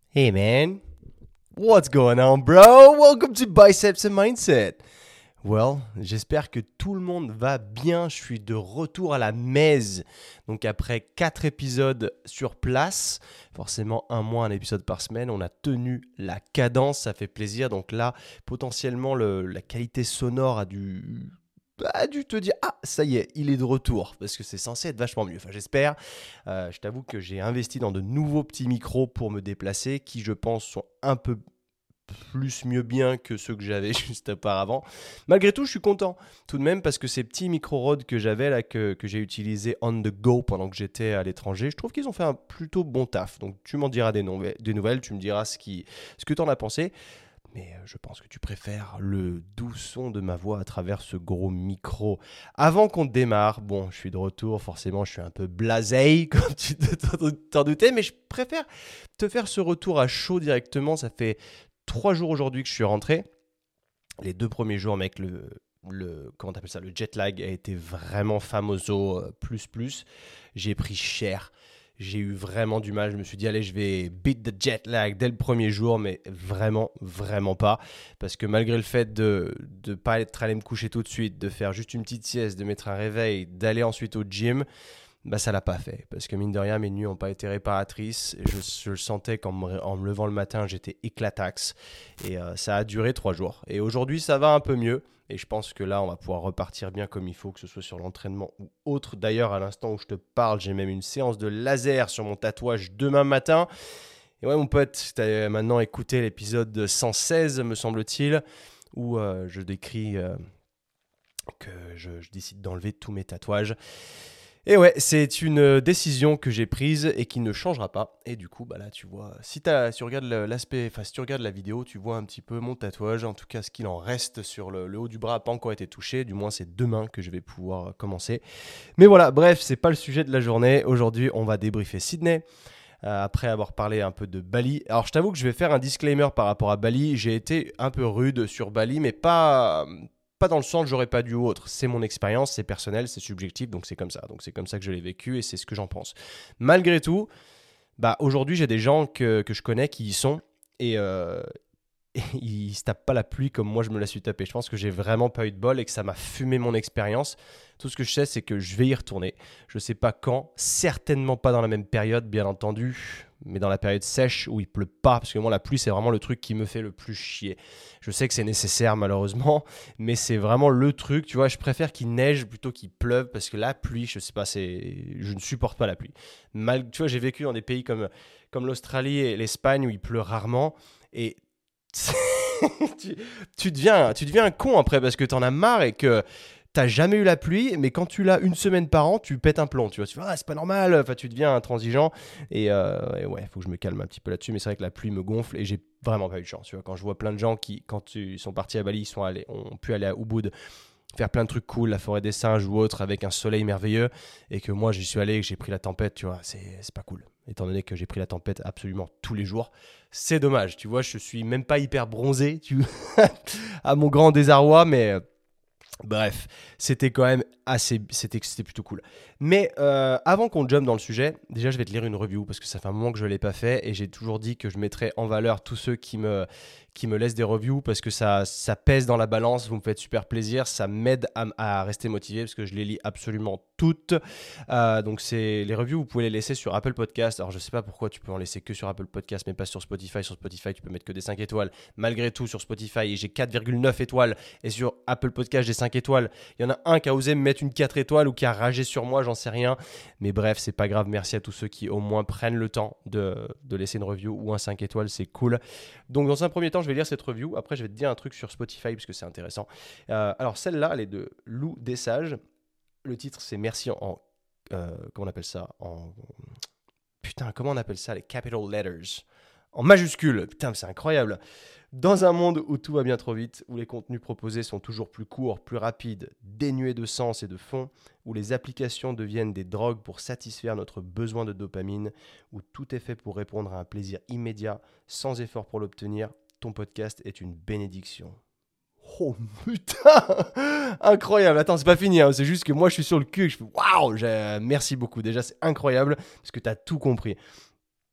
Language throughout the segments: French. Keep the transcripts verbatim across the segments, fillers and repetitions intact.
Hey man, what's going on bro? Welcome to Biceps and Mindset. Well, j'espère que tout le monde va bien, je suis de retour à la maison. Donc après quatre épisodes sur place, forcément un mois, un épisode par semaine, on a tenu la cadence, ça fait plaisir. Donc là, potentiellement le, la qualité sonore a dû... a dû te dire « Ah, ça y est, il est de retour », parce que c'est censé être vachement mieux. Enfin, j'espère. Euh, je t'avoue que j'ai investi dans de nouveaux petits micros pour me déplacer, qui, je pense, sont un peu plus mieux bien que ceux que j'avais juste auparavant. Malgré tout, je suis content tout de même, parce que ces petits micros Rode que j'avais, là, que, que j'ai utilisés on the go pendant que j'étais à l'étranger, je trouve qu'ils ont fait un plutôt bon taf. Donc, tu m'en diras des, no- des nouvelles, tu me diras ce, qui, ce que tu en as pensé. Mais je pense que tu préfères le doux son de ma voix à travers ce gros micro. Avant qu'on démarre, bon, je suis de retour, forcément, je suis un peu blasé, comme tu t'en doutais, mais je préfère te faire ce retour à chaud directement. Ça fait trois jours aujourd'hui que je suis rentré. Les deux premiers jours, mec, le, le, comment t'appelles ça, le jet lag a été vraiment famoso, plus, plus. J'ai pris cher. J'ai eu vraiment du mal. Je me suis dit, allez, je vais beat the jet lag dès le premier jour, mais vraiment, vraiment pas. Parce que malgré le fait de ne pas être allé me coucher tout de suite, de faire juste une petite sieste, de mettre un réveil, d'aller ensuite au gym, bah ça l'a pas fait. Parce que mine de rien, mes nuits n'ont pas été réparatrices. Je, je le sentais qu'en me, en me levant le matin, j'étais éclataxe. Et euh, ça a duré trois jours. Et aujourd'hui, ça va un peu mieux. Et je pense que là, on va pouvoir repartir bien comme il faut, que ce soit sur l'entraînement ou autre. D'ailleurs, à l'instant où je te parle, j'ai même une séance de laser sur mon tatouage demain matin. Et ouais, mon pote, tu as maintenant écouté l'épisode cent seize, me semble-t-il, où euh, je décris euh, que je, je décide d'enlever tous mes tatouages. Et ouais, c'est une décision que j'ai prise et qui ne changera pas. Et du coup, bah là, tu vois, si, t'as, si tu regardes l'aspect, enfin, si tu regardes la vidéo, tu vois un petit peu mon tatouage. En tout cas, ce qu'il en reste sur le, le haut du bras n'a pas encore été touché. Du moins, c'est demain que je vais pouvoir commencer. Mais voilà, bref, c'est pas le sujet de la journée. Aujourd'hui, on va débriefer Sydney. Euh, après avoir parlé un peu de Bali. Alors, je t'avoue que je vais faire un disclaimer par rapport à Bali. J'ai été un peu rude sur Bali, mais pas... Pas dans le sens que j'aurais pas dû ou autre. C'est mon expérience, c'est personnel, c'est subjectif, donc c'est comme ça. Donc c'est comme ça que je l'ai vécu et c'est ce que j'en pense. Malgré tout, bah aujourd'hui j'ai des gens que, que je connais qui y sont et, euh, et ils se tapent pas la pluie comme moi je me la suis tapée. Je pense que j'ai vraiment pas eu de bol et que ça m'a fumé mon expérience. Tout ce que je sais, c'est que je vais y retourner. Je sais pas quand, certainement pas dans la même période, bien entendu, mais dans la période sèche où il pleut pas, parce que moi la pluie c'est vraiment le truc qui me fait le plus chier. Je sais que c'est nécessaire malheureusement, mais c'est vraiment le truc, tu vois, je préfère qu'il neige plutôt qu'il pleuve, parce que la pluie, je sais pas, c'est... je ne supporte pas la pluie. Mal... Tu vois, j'ai vécu dans des pays comme, comme l'Australie et l'Espagne où il pleut rarement, et tu, tu, deviens, tu deviens un con après, parce que t'en as marre et que t'as jamais eu la pluie, mais quand tu l'as une semaine par an, tu pètes un plomb, tu vois. Tu fais, ah, c'est pas normal, enfin, tu deviens intransigeant. Et, euh, et ouais, il faut que je me calme un petit peu là-dessus, mais c'est vrai que la pluie me gonfle et j'ai vraiment pas eu de chance. Tu vois, quand je vois plein de gens qui, quand ils sont partis à Bali, ils sont allés, ont pu aller à Ubud, faire plein de trucs cool, la forêt des singes ou autre, avec un soleil merveilleux, et que moi, j'y suis allé et que j'ai pris la tempête, tu vois, c'est, c'est pas cool. Étant donné que j'ai pris la tempête absolument tous les jours. C'est dommage, tu vois, je suis même pas hyper bronzé, tu à mon grand désarroi, mais... Bref, c'était quand même assez, c'était, c'était plutôt cool. Mais euh, avant qu'on jump dans le sujet, déjà je vais te lire une review parce que ça fait un moment que je ne l'ai pas fait et j'ai toujours dit que je mettrais en valeur tous ceux qui me, qui me laissent des reviews parce que ça, ça pèse dans la balance, vous me faites super plaisir, ça m'aide à, à rester motivé parce que je les lis absolument toutes. Euh, donc c'est les reviews, vous pouvez les laisser sur Apple Podcast. Alors je ne sais pas pourquoi tu peux en laisser que sur Apple Podcast mais pas sur Spotify. Sur Spotify tu peux mettre que des cinq étoiles. Malgré tout sur Spotify j'ai quatre virgule neuf étoiles et sur Apple Podcast j'ai cinq étoiles. Il y en a un qui a osé me mettre une quatre étoiles ou qui a ragé sur moi, j'en sais rien. Mais bref, c'est pas grave. Merci à tous ceux qui au moins prennent le temps de, de laisser une review ou un cinq étoiles, c'est cool. Donc dans un premier temps, je vais lire cette review. Après, je vais te dire un truc sur Spotify parce que c'est intéressant. Euh, alors celle-là, elle est de Lou Desage. Le titre, c'est Merci en... en euh, comment on appelle ça en... Putain, comment on appelle ça les capital letters en majuscule. Putain, c'est incroyable. Dans un monde où tout va bien trop vite, où les contenus proposés sont toujours plus courts, plus rapides, dénués de sens et de fond, où les applications deviennent des drogues pour satisfaire notre besoin de dopamine, où tout est fait pour répondre à un plaisir immédiat, sans effort pour l'obtenir, ton podcast est une bénédiction. Oh putain, incroyable. Attends, c'est pas fini, hein. C'est juste que moi je suis sur le cul et je fais waouh, merci beaucoup. Déjà, c'est incroyable parce que tu as tout compris.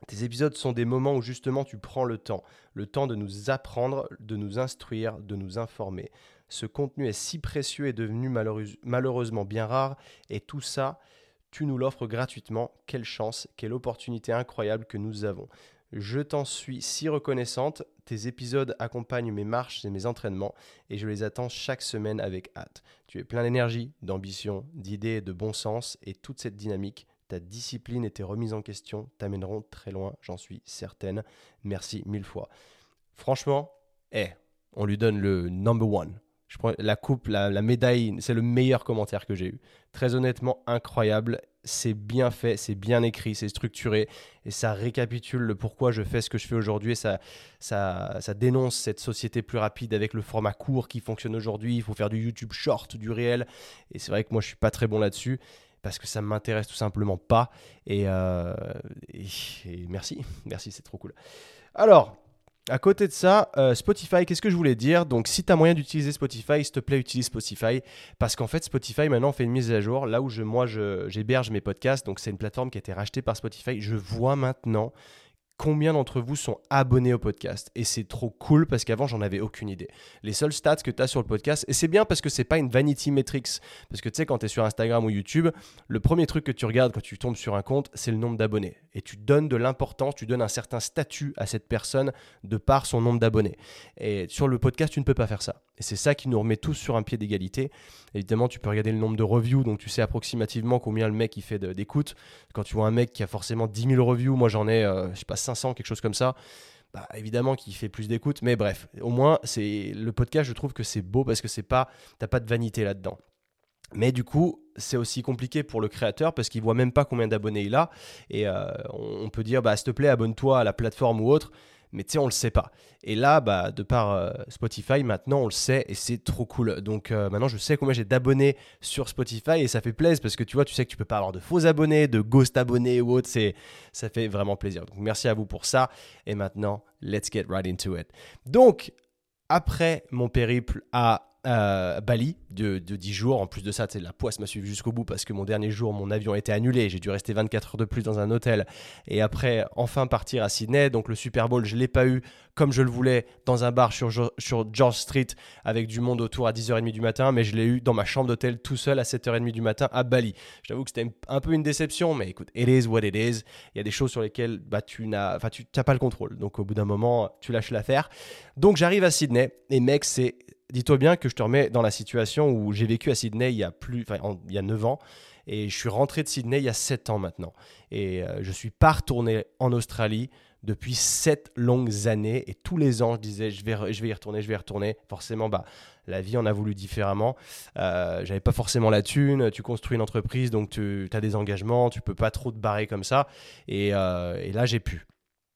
Tes épisodes sont des moments où justement tu prends le temps, le temps de nous apprendre, de nous instruire, de nous informer. Ce contenu est si précieux et devenu malheureuse- malheureusement bien rare et tout ça, tu nous l'offres gratuitement. Quelle chance, quelle opportunité incroyable que nous avons. Je t'en suis si reconnaissante. Tes épisodes accompagnent mes marches et mes entraînements et je les attends chaque semaine avec hâte. Tu es plein d'énergie, d'ambition, d'idées et de bon sens et toute cette dynamique, ta discipline et tes remises en question t'amèneront très loin, j'en suis certaine. Merci mille fois. Franchement, eh, on lui donne le number one. Je prends la coupe, la, la médaille, c'est le meilleur commentaire que j'ai eu. Très honnêtement, incroyable. C'est bien fait, c'est bien écrit, c'est structuré et ça récapitule le pourquoi je fais ce que je fais aujourd'hui. Et ça, ça, ça dénonce cette société plus rapide avec le format court qui fonctionne aujourd'hui. Il faut faire du YouTube short, du réel. Et c'est vrai que moi, je suis pas très bon là-dessus parce que ça ne m'intéresse tout simplement pas. Et, euh, et, et merci, merci, c'est trop cool. Alors, à côté de ça, euh, Spotify, qu'est-ce que je voulais dire? Donc, si tu as moyen d'utiliser Spotify, s'il te plaît, utilise Spotify. Parce qu'en fait, Spotify, maintenant, fait une mise à jour. Là où je, moi, je, j'héberge mes podcasts, donc c'est une plateforme qui a été rachetée par Spotify. Je vois maintenant combien d'entre vous sont abonnés au podcast. Et c'est trop cool parce qu'avant, j'en avais aucune idée. Les seuls stats que tu as sur le podcast, et c'est bien parce que c'est pas une vanity metrics. Parce que tu sais, quand tu es sur Instagram ou YouTube, le premier truc que tu regardes quand tu tombes sur un compte, c'est le nombre d'abonnés. Et tu donnes de l'importance, tu donnes un certain statut à cette personne de par son nombre d'abonnés. Et sur le podcast, tu ne peux pas faire ça. Et c'est ça qui nous remet tous sur un pied d'égalité. Évidemment, tu peux regarder le nombre de reviews, donc tu sais approximativement combien le mec il fait de, d'écoute. Quand tu vois un mec qui a forcément dix mille reviews, moi j'en ai, euh, je sais pas, cinq cents, quelque chose comme ça, bah, évidemment qu'il fait plus d'écoute. Mais bref, au moins, c'est, le podcast, je trouve que c'est beau parce que c'est pas, t'as pas de vanité là-dedans. Mais du coup, c'est aussi compliqué pour le créateur parce qu'il voit même pas combien d'abonnés il a. Et euh, on peut dire, bah, s'il te plaît, abonne-toi à la plateforme ou autre. Mais tu sais, on le sait pas. Et là, bah, de par euh, Spotify, maintenant, on le sait et c'est trop cool. Donc euh, maintenant, je sais combien j'ai d'abonnés sur Spotify et ça fait plaisir parce que tu vois, tu sais que tu peux pas avoir de faux abonnés, de ghost abonnés ou autre. C'est, ça fait vraiment plaisir. Donc merci à vous pour ça. Et maintenant, let's get right into it. Donc, après mon périple à euh, Bali de, de dix jours, en plus de ça, la poisse m'a suivi jusqu'au bout parce que mon dernier jour, mon avion a été annulé, j'ai dû rester vingt-quatre heures de plus dans un hôtel et après enfin partir à Sydney. Donc le Super Bowl, je ne l'ai pas eu comme je le voulais dans un bar sur, sur George Street avec du monde autour à dix heures trente du matin, mais je l'ai eu dans ma chambre d'hôtel tout seul à sept heures trente du matin à Bali. J'avoue que c'était un peu une déception, mais écoute, it is what it is. Il y a des choses sur lesquelles bah, tu n'as enfin, tu n'as pas le contrôle, donc au bout d'un moment, tu lâches l'affaire. Donc j'arrive à Sydney et mec, c'est... Dis-toi bien que je te remets dans la situation où j'ai vécu à Sydney il y a plus, enfin, en, il y a neuf ans et je suis rentré de Sydney il y a sept ans maintenant. Et euh, je ne suis pas retourné en Australie depuis sept longues années et tous les ans je disais je vais, je vais y retourner, je vais y retourner. Forcément, bah, la vie en a voulu différemment. Euh, j'avais pas forcément la thune, tu construis une entreprise donc tu as des engagements, tu peux pas trop te barrer comme ça et, euh, et là j'ai pu.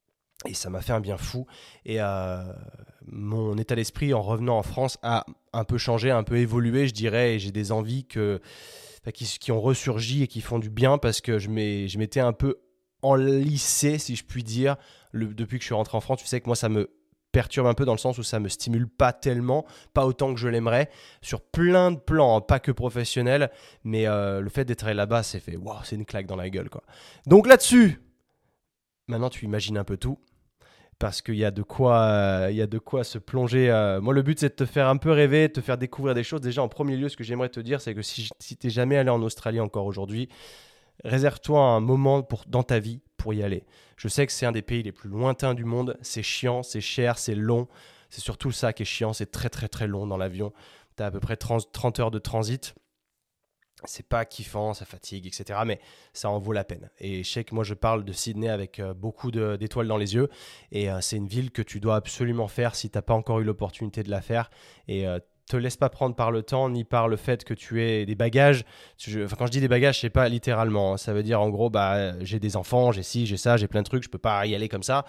Et ça m'a fait un bien fou. Et euh, mon état d'esprit en revenant en France a un peu changé, un peu évolué, je dirais. Et j'ai des envies que, enfin, qui, qui ont ressurgi et qui font du bien parce que je, m'ai, je m'étais un peu enlissé, si je puis dire, le, depuis que je suis rentré en France. Tu sais que moi, ça me perturbe un peu dans le sens où ça me stimule pas tellement, pas autant que je l'aimerais, sur plein de plans, hein, pas que professionnels. Mais euh, le fait d'être allé là-bas, c'est fait, waouh, c'est une claque dans la gueule, quoi. Donc là-dessus, maintenant, tu imagines un peu tout. Parce qu'il y a de quoi, euh, il y a de quoi se plonger. Euh, moi, le but, c'est de te faire un peu rêver, de te faire découvrir des choses. Déjà, en premier lieu, ce que j'aimerais te dire, c'est que si, si tu n'es jamais allé en Australie encore aujourd'hui, réserve-toi un moment pour, dans ta vie pour y aller. Je sais que c'est un des pays les plus lointains du monde. C'est chiant, c'est cher, c'est long. C'est surtout ça qui est chiant. C'est très, très, très long dans l'avion. Tu as à peu près trente heures de transit. C'est pas kiffant, ça fatigue, et cetera. Mais ça en vaut la peine. Et je sais que moi, je parle de Sydney avec euh, beaucoup de, d'étoiles dans les yeux. Et euh, c'est une ville que tu dois absolument faire si tu n'as pas encore eu l'opportunité de la faire. Et euh, te laisse pas prendre par le temps ni par le fait que tu aies des bagages. Je, enfin, quand je dis des bagages, c'est pas littéralement. Hein. Ça veut dire en gros, bah, j'ai des enfants, j'ai ci, j'ai ça, j'ai plein de trucs. Je peux pas y aller comme ça.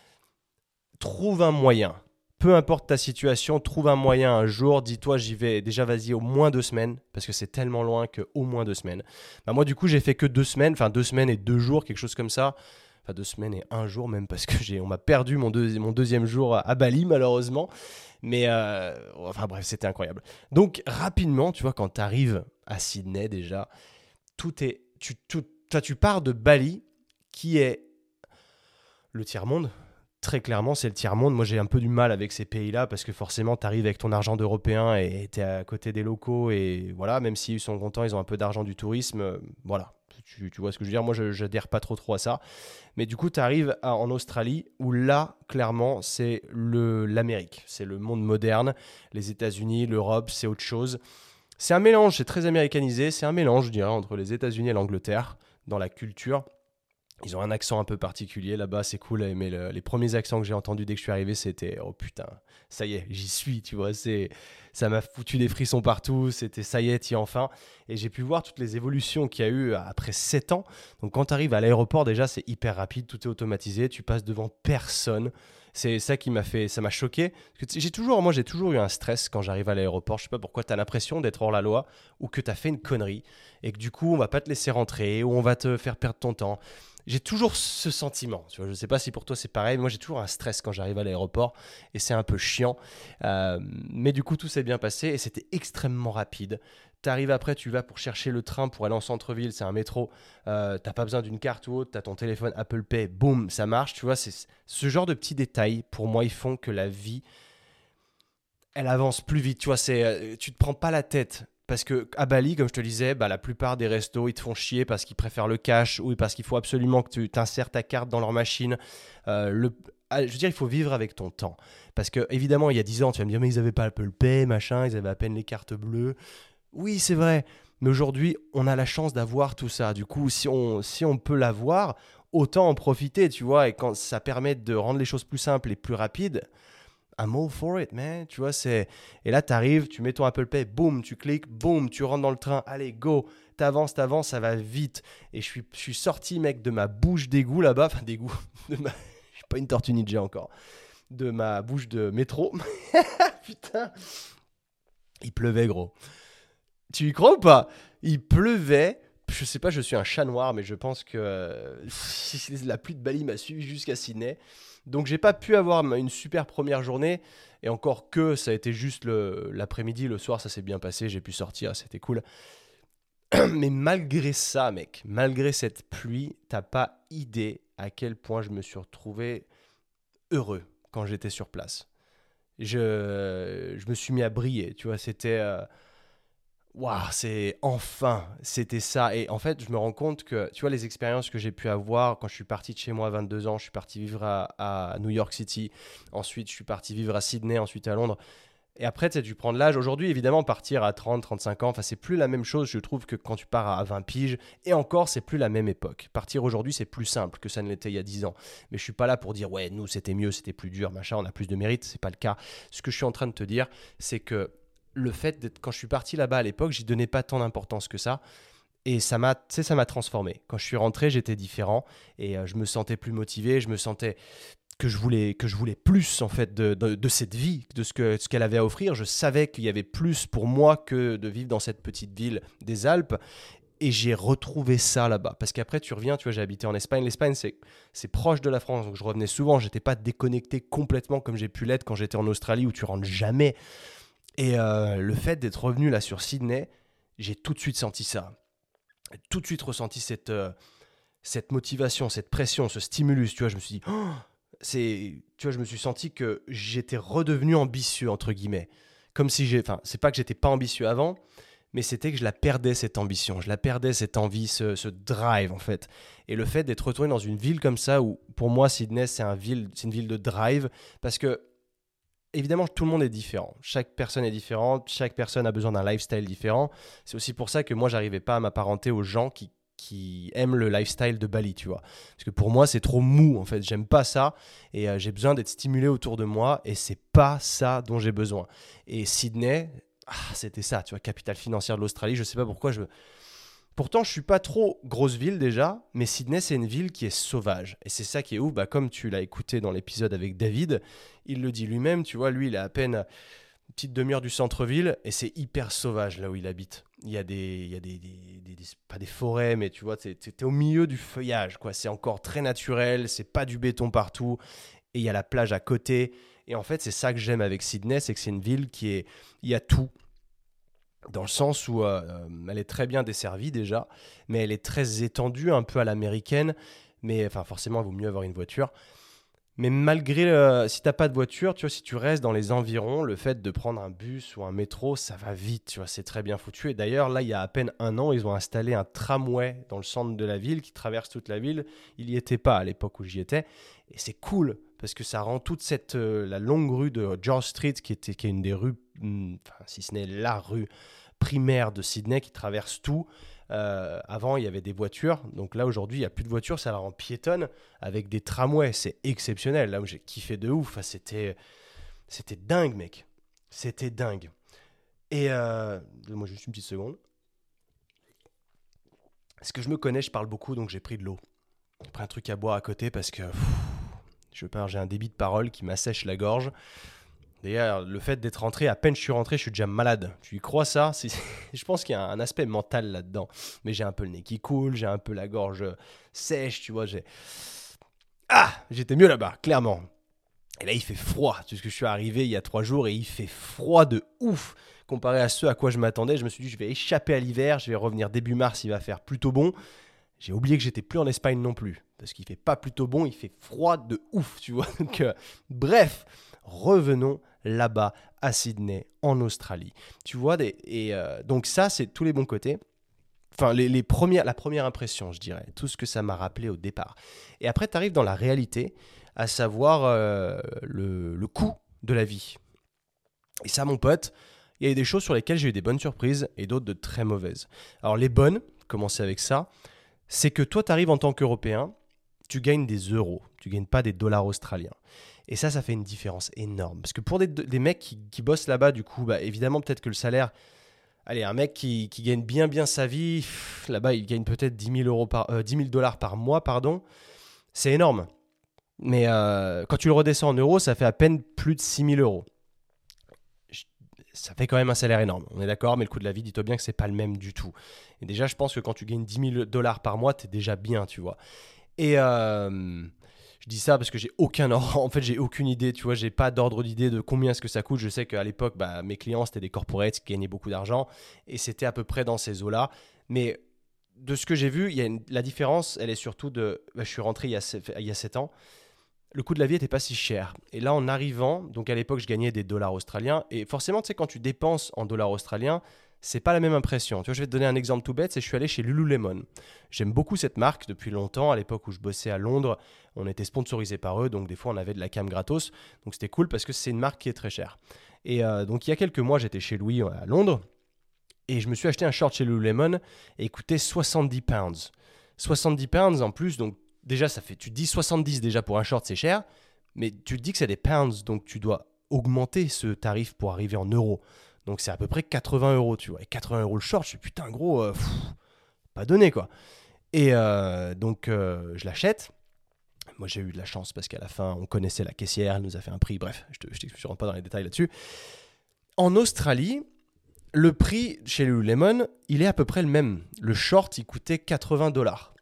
Trouve un moyen. Peu importe ta situation, trouve un moyen un jour, dis-toi j'y vais, déjà vas-y au moins deux semaines, parce que c'est tellement loin que au moins deux semaines. Bah moi du coup j'ai fait que deux semaines, enfin deux semaines et deux jours, quelque chose comme ça. Enfin deux semaines et un jour même, parce que j'ai, on m'a perdu mon, deux, mon deuxième jour à Bali malheureusement. Mais euh, enfin bref, c'était incroyable. Donc rapidement, tu vois, quand tu arrives à Sydney déjà, tout est, tu, tout, toi tu pars de Bali qui est Le tiers-monde, très clairement, c'est le tiers-monde. Moi, j'ai un peu du mal avec ces pays-là parce que forcément, tu arrives avec ton argent d'Européen et tu es à côté des locaux. Et voilà, même s'ils sont contents, ils ont un peu d'argent du tourisme. euh, voilà, tu, tu vois ce que je veux dire. Moi, je n'adhère pas trop trop à ça. Mais du coup, tu arrives en Australie où là, clairement, c'est le, l'Amérique. C'est le monde moderne. Les États-Unis, l'Europe, c'est autre chose. C'est un mélange, c'est très américanisé. C'est un mélange, je dirais, entre les États-Unis et l'Angleterre dans la culture. Ils ont un accent un peu particulier là-bas, c'est cool. Mais le- les premiers accents que j'ai entendus dès que je suis arrivé, c'était oh putain, ça y est, j'y suis, tu vois. C'est, ça m'a foutu des frissons partout. C'était ça y est, t'y es enfin. Et j'ai pu voir toutes les évolutions qu'il y a eu après sept ans. Donc quand tu arrives à l'aéroport, déjà, c'est hyper rapide, tout est automatisé, tu passes devant personne. C'est ça qui m'a fait, ça m'a choqué. Parce que tu sais, j'ai toujours, moi, j'ai toujours eu un stress quand j'arrive à l'aéroport. Je sais pas pourquoi, tu as l'impression d'être hors la loi ou que tu as fait une connerie et que du coup, on va pas te laisser rentrer ou on va te faire perdre ton temps. J'ai toujours ce sentiment, tu vois, je ne sais pas si pour toi c'est pareil, mais moi j'ai toujours un stress quand j'arrive à l'aéroport et c'est un peu chiant. Euh, mais du coup tout s'est bien passé et c'était extrêmement rapide. Tu arrives après, tu vas pour chercher le train pour aller en centre-ville, c'est un métro, euh, t'as pas besoin d'une carte ou autre, t'as ton téléphone Apple Pay, boum, ça marche, tu vois, c'est ce genre de petits détails pour moi ils font que la vie elle avance plus vite. Tu vois, c'est, euh, tu te prends pas la tête. Parce que à Bali, comme je te le disais, bah, la plupart des restos, ils te font chier parce qu'ils préfèrent le cash ou parce qu'il faut absolument que tu t'insères ta carte dans leur machine. Euh, le, ah, je veux dire, il faut vivre avec ton temps. Parce que, évidemment, il y a dix ans, tu vas me dire, mais ils n'avaient pas Apple Pay, machin, ils avaient à peine les cartes bleues. Oui, c'est vrai. Mais aujourd'hui, on a la chance d'avoir tout ça. Du coup, si on, si on peut l'avoir, autant en profiter, tu vois. Et quand ça permet de rendre les choses plus simples et plus rapides, I'm all for it, man. Tu vois, c'est. Et là, tu arrives, tu mets ton Apple Pay, boum, tu cliques, boum, tu rentres dans le train, allez, go. T'avances, t'avances, ça va vite. Et je suis, je suis sorti, mec, de ma bouche d'égout là-bas. Enfin, d'égout. De ma... Je suis pas une tortue ninja encore. De ma bouche de métro. Putain. Il pleuvait, gros. Tu y crois ou pas? Il pleuvait. Je sais pas, je suis un chat noir, mais je pense que euh, la pluie de Bali m'a suivi jusqu'à Sydney. Donc j'ai pas pu avoir une super première journée. Et encore que ça a été juste le- l'après-midi, le soir, ça s'est bien passé. J'ai pu sortir, c'était cool. Mais malgré ça, mec, malgré cette pluie, t'as pas idée à quel point je me suis retrouvé heureux quand j'étais sur place. Je, je me suis mis à briller, tu vois, c'était... euh, Waouh, c'est enfin, c'était ça. Et en fait, je me rends compte que, tu vois, les expériences que j'ai pu avoir quand je suis parti de chez moi à vingt-deux ans, je suis parti vivre à, à New York City, ensuite je suis parti vivre à Sydney, ensuite à Londres. Et après, tu sais, tu prends de l'âge. Aujourd'hui, évidemment, partir à trente, trente-cinq ans, enfin, c'est plus la même chose, je trouve, que quand tu pars à vingt piges. Et encore, c'est plus la même époque. Partir aujourd'hui, c'est plus simple que ça ne l'était il y a dix ans. Mais je suis pas là pour dire, ouais, nous, c'était mieux, c'était plus dur, machin, on a plus de mérite. C'est pas le cas. Ce que je suis en train de te dire, c'est que le fait d'être, quand je suis parti là-bas à l'époque, j'y donnais pas tant d'importance que ça. Et ça m'a, tu sais, ça m'a transformé. Quand je suis rentré, j'étais différent et euh, je me sentais plus motivé, je me sentais que je voulais, que je voulais plus en fait de, de, de cette vie, de ce que ce qu'elle avait à offrir. Je savais qu'il y avait plus pour moi que de vivre dans cette petite ville des Alpes. Et j'ai retrouvé ça là-bas. Parce qu'après, tu reviens, tu vois, j'ai habité en Espagne. L'Espagne, c'est, c'est proche de la France, donc je revenais souvent. J'étais pas déconnecté complètement comme j'ai pu l'être quand j'étais en Australie où tu rentres jamais. Et euh, le fait d'être revenu là sur Sydney, j'ai tout de suite senti ça. J'ai tout de suite ressenti cette, euh, cette motivation, cette pression, ce stimulus. Tu vois, je me suis dit, oh, c'est, tu vois, je me suis senti que j'étais redevenu ambitieux entre guillemets, comme si j'ai, enfin, c'est pas que j'étais pas ambitieux avant, mais c'était que je la perdais cette ambition, je la perdais cette envie, ce, ce drive en fait. Et le fait d'être retourné dans une ville comme ça, où pour moi Sydney c'est un ville, c'est une ville de drive, parce que évidemment, tout le monde est différent. Chaque personne est différente. Chaque personne a besoin d'un lifestyle différent. C'est aussi pour ça que moi, j'arrivais pas à m'apparenter aux gens qui, qui aiment le lifestyle de Bali, tu vois. Parce que pour moi, c'est trop mou, en fait. J'aime pas ça. Et euh, j'ai besoin d'être stimulé autour de moi. Et c'est pas ça dont j'ai besoin. Et Sydney, ah, c'était ça, tu vois, capitale financière de l'Australie. Je sais pas pourquoi je, pourtant, je suis pas trop grosse ville déjà, mais Sydney, c'est une ville qui est sauvage. Et c'est ça qui est ouf, bah, comme tu l'as écouté dans l'épisode avec David, il le dit lui-même, tu vois, lui, il est à peine une petite demi-heure du centre-ville, et c'est hyper sauvage là où il habite. Il y a des, il y a des, des- des- des- pas des forêts, mais tu vois, t'es, t'es- t'es au milieu du feuillage, quoi. C'est encore très naturel, c'est pas du béton partout, et il y a la plage à côté. Et en fait, c'est ça que j'aime avec Sydney, c'est que c'est une ville qui est, il y a tout dans le sens où euh, euh, elle est très bien desservie déjà, mais elle est très étendue, un peu à l'américaine, mais enfin forcément il vaut mieux avoir une voiture. Mais malgré, le, si t'as pas de voiture, tu vois, si tu restes dans les environs, le fait de prendre un bus ou un métro, ça va vite, tu vois, c'est très bien foutu. Et d'ailleurs, là, il y a à peine un an, ils ont installé un tramway dans le centre de la ville qui traverse toute la ville. Il n'y était pas à l'époque où j'y étais. Et c'est cool, parce que ça rend toute cette, euh, la longue rue de George Street, qui, était, qui est une des rues, hum, enfin, si ce n'est la rue primaire de Sydney, qui traverse tout. Euh, avant, il y avait des voitures. Donc là, aujourd'hui, il n'y a plus de voitures. Ça la rend piétonne avec des tramways. C'est exceptionnel. Là où j'ai kiffé de ouf. Enfin, c'était, c'était dingue, mec. C'était dingue. Et euh, donne-moi juste une petite seconde. Parce que je me connais, je parle beaucoup, donc j'ai pris de l'eau. J'ai pris un truc à boire à côté parce que pff, je veux pas, j'ai un débit de parole qui m'assèche la gorge. D'ailleurs, le fait d'être rentré, à peine je suis rentré, je suis déjà malade. Tu y crois ça? C'est- Je pense qu'il y a un aspect mental là-dedans. Mais j'ai un peu le nez qui coule, j'ai un peu la gorge sèche, tu vois. J'ai... Ah, j'étais mieux là-bas, clairement. Et là, il fait froid, puisque je suis arrivé il y a trois jours et il fait froid de ouf. Comparé à ce à quoi je m'attendais, je me suis dit, je vais échapper à l'hiver, je vais revenir début mars, il va faire plutôt bon. J'ai oublié que j'étais plus en Espagne non plus, parce qu'il fait pas plutôt bon, il fait froid de ouf, tu vois. Donc, euh, bref, revenons là-bas à Sydney, en Australie. Tu vois, des, et euh, donc ça, c'est tous les bons côtés. Enfin, les, les premières, la première impression, je dirais, tout ce que ça m'a rappelé au départ. Et après, tu arrives dans la réalité, à savoir euh, le, le coût de la vie. Et ça, mon pote, il y a eu des choses sur lesquelles j'ai eu des bonnes surprises et d'autres de très mauvaises. Alors, les bonnes, commencer avec ça, c'est que toi, tu arrives en tant qu'Européen, tu gagnes des euros, tu gagnes pas des dollars australiens. Et ça, ça fait une différence énorme. Parce que pour des, des mecs qui, qui bossent là-bas, du coup, bah, évidemment, peut-être que le salaire... Allez, un mec qui, qui gagne bien bien sa vie, pff, là-bas, il gagne peut-être dix mille euros par, euh, dix mille dollars par mois, pardon. C'est énorme. Mais euh, quand tu le redescends en euros, ça fait à peine plus de six mille euros. Je- Ça fait quand même un salaire énorme, on est d'accord, mais le coût de la vie, dis-toi bien que c'est pas le même du tout. Et déjà, je pense que quand tu gagnes dix mille dollars par mois, t'es déjà bien, tu vois. Et euh, je dis ça parce que j'ai aucun ordre, en fait, j'ai aucune idée, tu vois, j'ai pas d'ordre d'idée de combien est-ce que ça coûte. Je sais qu'à l'époque, bah, mes clients, c'était des corporates qui gagnaient beaucoup d'argent et c'était à peu près dans ces eaux-là. Mais de ce que j'ai vu, il y a une- la différence, elle est surtout de. Bah, je suis rentré il y a, se- il y a sept ans. Le coût de la vie n'était pas si cher. Et là, en arrivant, donc à l'époque, je gagnais des dollars australiens. Et forcément, tu sais, quand tu dépenses en dollars australiens, c'est pas la même impression. Tu vois, je vais te donner un exemple tout bête, c'est que je suis allé chez Lululemon. J'aime beaucoup cette marque depuis longtemps. À l'époque où je bossais à Londres, on était sponsorisé par eux, donc des fois on avait de la cam gratos. Donc c'était cool parce que c'est une marque qui est très chère. Et euh, donc il y a quelques mois, j'étais chez Louis à Londres et je me suis acheté un short chez Lululemon et il coûtait soixante-dix pounds. soixante-dix pounds en plus, donc déjà ça fait, tu te dis soixante-dix déjà pour un short c'est cher, mais tu te dis que c'est des pounds, donc tu dois augmenter ce tarif pour arriver en euros. Donc c'est à peu près quatre-vingts euros, tu vois. Et quatre-vingts euros le short, je suis putain gros, euh, pff, pas donné quoi. Et euh, donc euh, je l'achète. Moi j'ai eu de la chance parce qu'à la fin on connaissait la caissière, elle nous a fait un prix, bref, je ne je, je rentre pas dans les détails là-dessus. En Australie, le prix chez Lululemon, il est à peu près le même. Le short, il coûtait quatre-vingts dollars.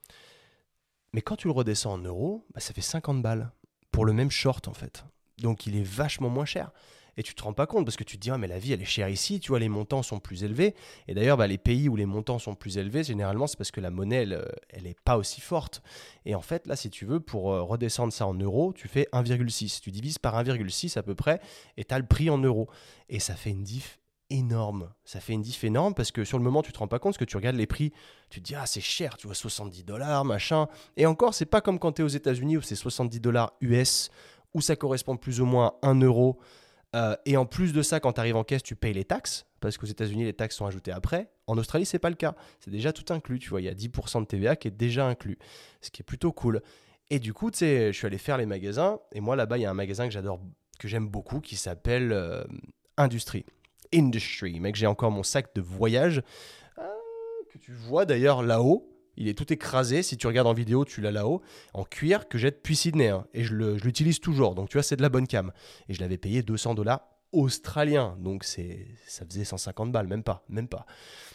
Mais quand tu le redescends en euros, bah, ça fait cinquante balles pour le même short en fait. Donc il est vachement moins cher. Et tu te rends pas compte parce que tu te dis, ah, mais la vie elle est chère ici, tu vois, les montants sont plus élevés. Et d'ailleurs, bah, les pays où les montants sont plus élevés, généralement, c'est parce que la monnaie, elle, euh, elle est pas aussi forte. Et en fait, là, si tu veux, pour euh, redescendre ça en euros, tu fais un virgule six. Tu divises par un virgule six à peu près et tu as le prix en euros. Et ça fait une diff énorme. Ça fait une diff énorme parce que sur le moment, tu te rends pas compte parce que tu regardes les prix, tu te dis, ah, c'est cher, tu vois, soixante-dix dollars, machin. Et encore, c'est pas comme quand tu es aux États-Unis où c'est soixante-dix dollars U S, où ça correspond plus ou moins à un euro. Euh, et en plus de ça, quand tu arrives en caisse, tu payes les taxes, parce qu'aux États-Unis, les taxes sont ajoutées après. En Australie, c'est pas le cas. C'est déjà tout inclus, tu vois. Il y a dix pour cent de T V A qui est déjà inclus, ce qui est plutôt cool. Et du coup, tu sais, je suis allé faire les magasins, et moi, là-bas, il y a un magasin que j'adore, que j'aime beaucoup, qui s'appelle euh, Industrie. Industry. Mec, j'ai encore mon sac de voyage, euh, que tu vois d'ailleurs là-haut. Il est tout écrasé. Si tu regardes en vidéo, tu l'as là-haut, en cuir, que j'ai depuis Sydney. Hein, et je, le, je l'utilise toujours. Donc, tu vois, c'est de la bonne cam. Et je l'avais payé deux cents dollars australiens. Donc, c'est, ça faisait cent cinquante balles. Même pas. Même pas.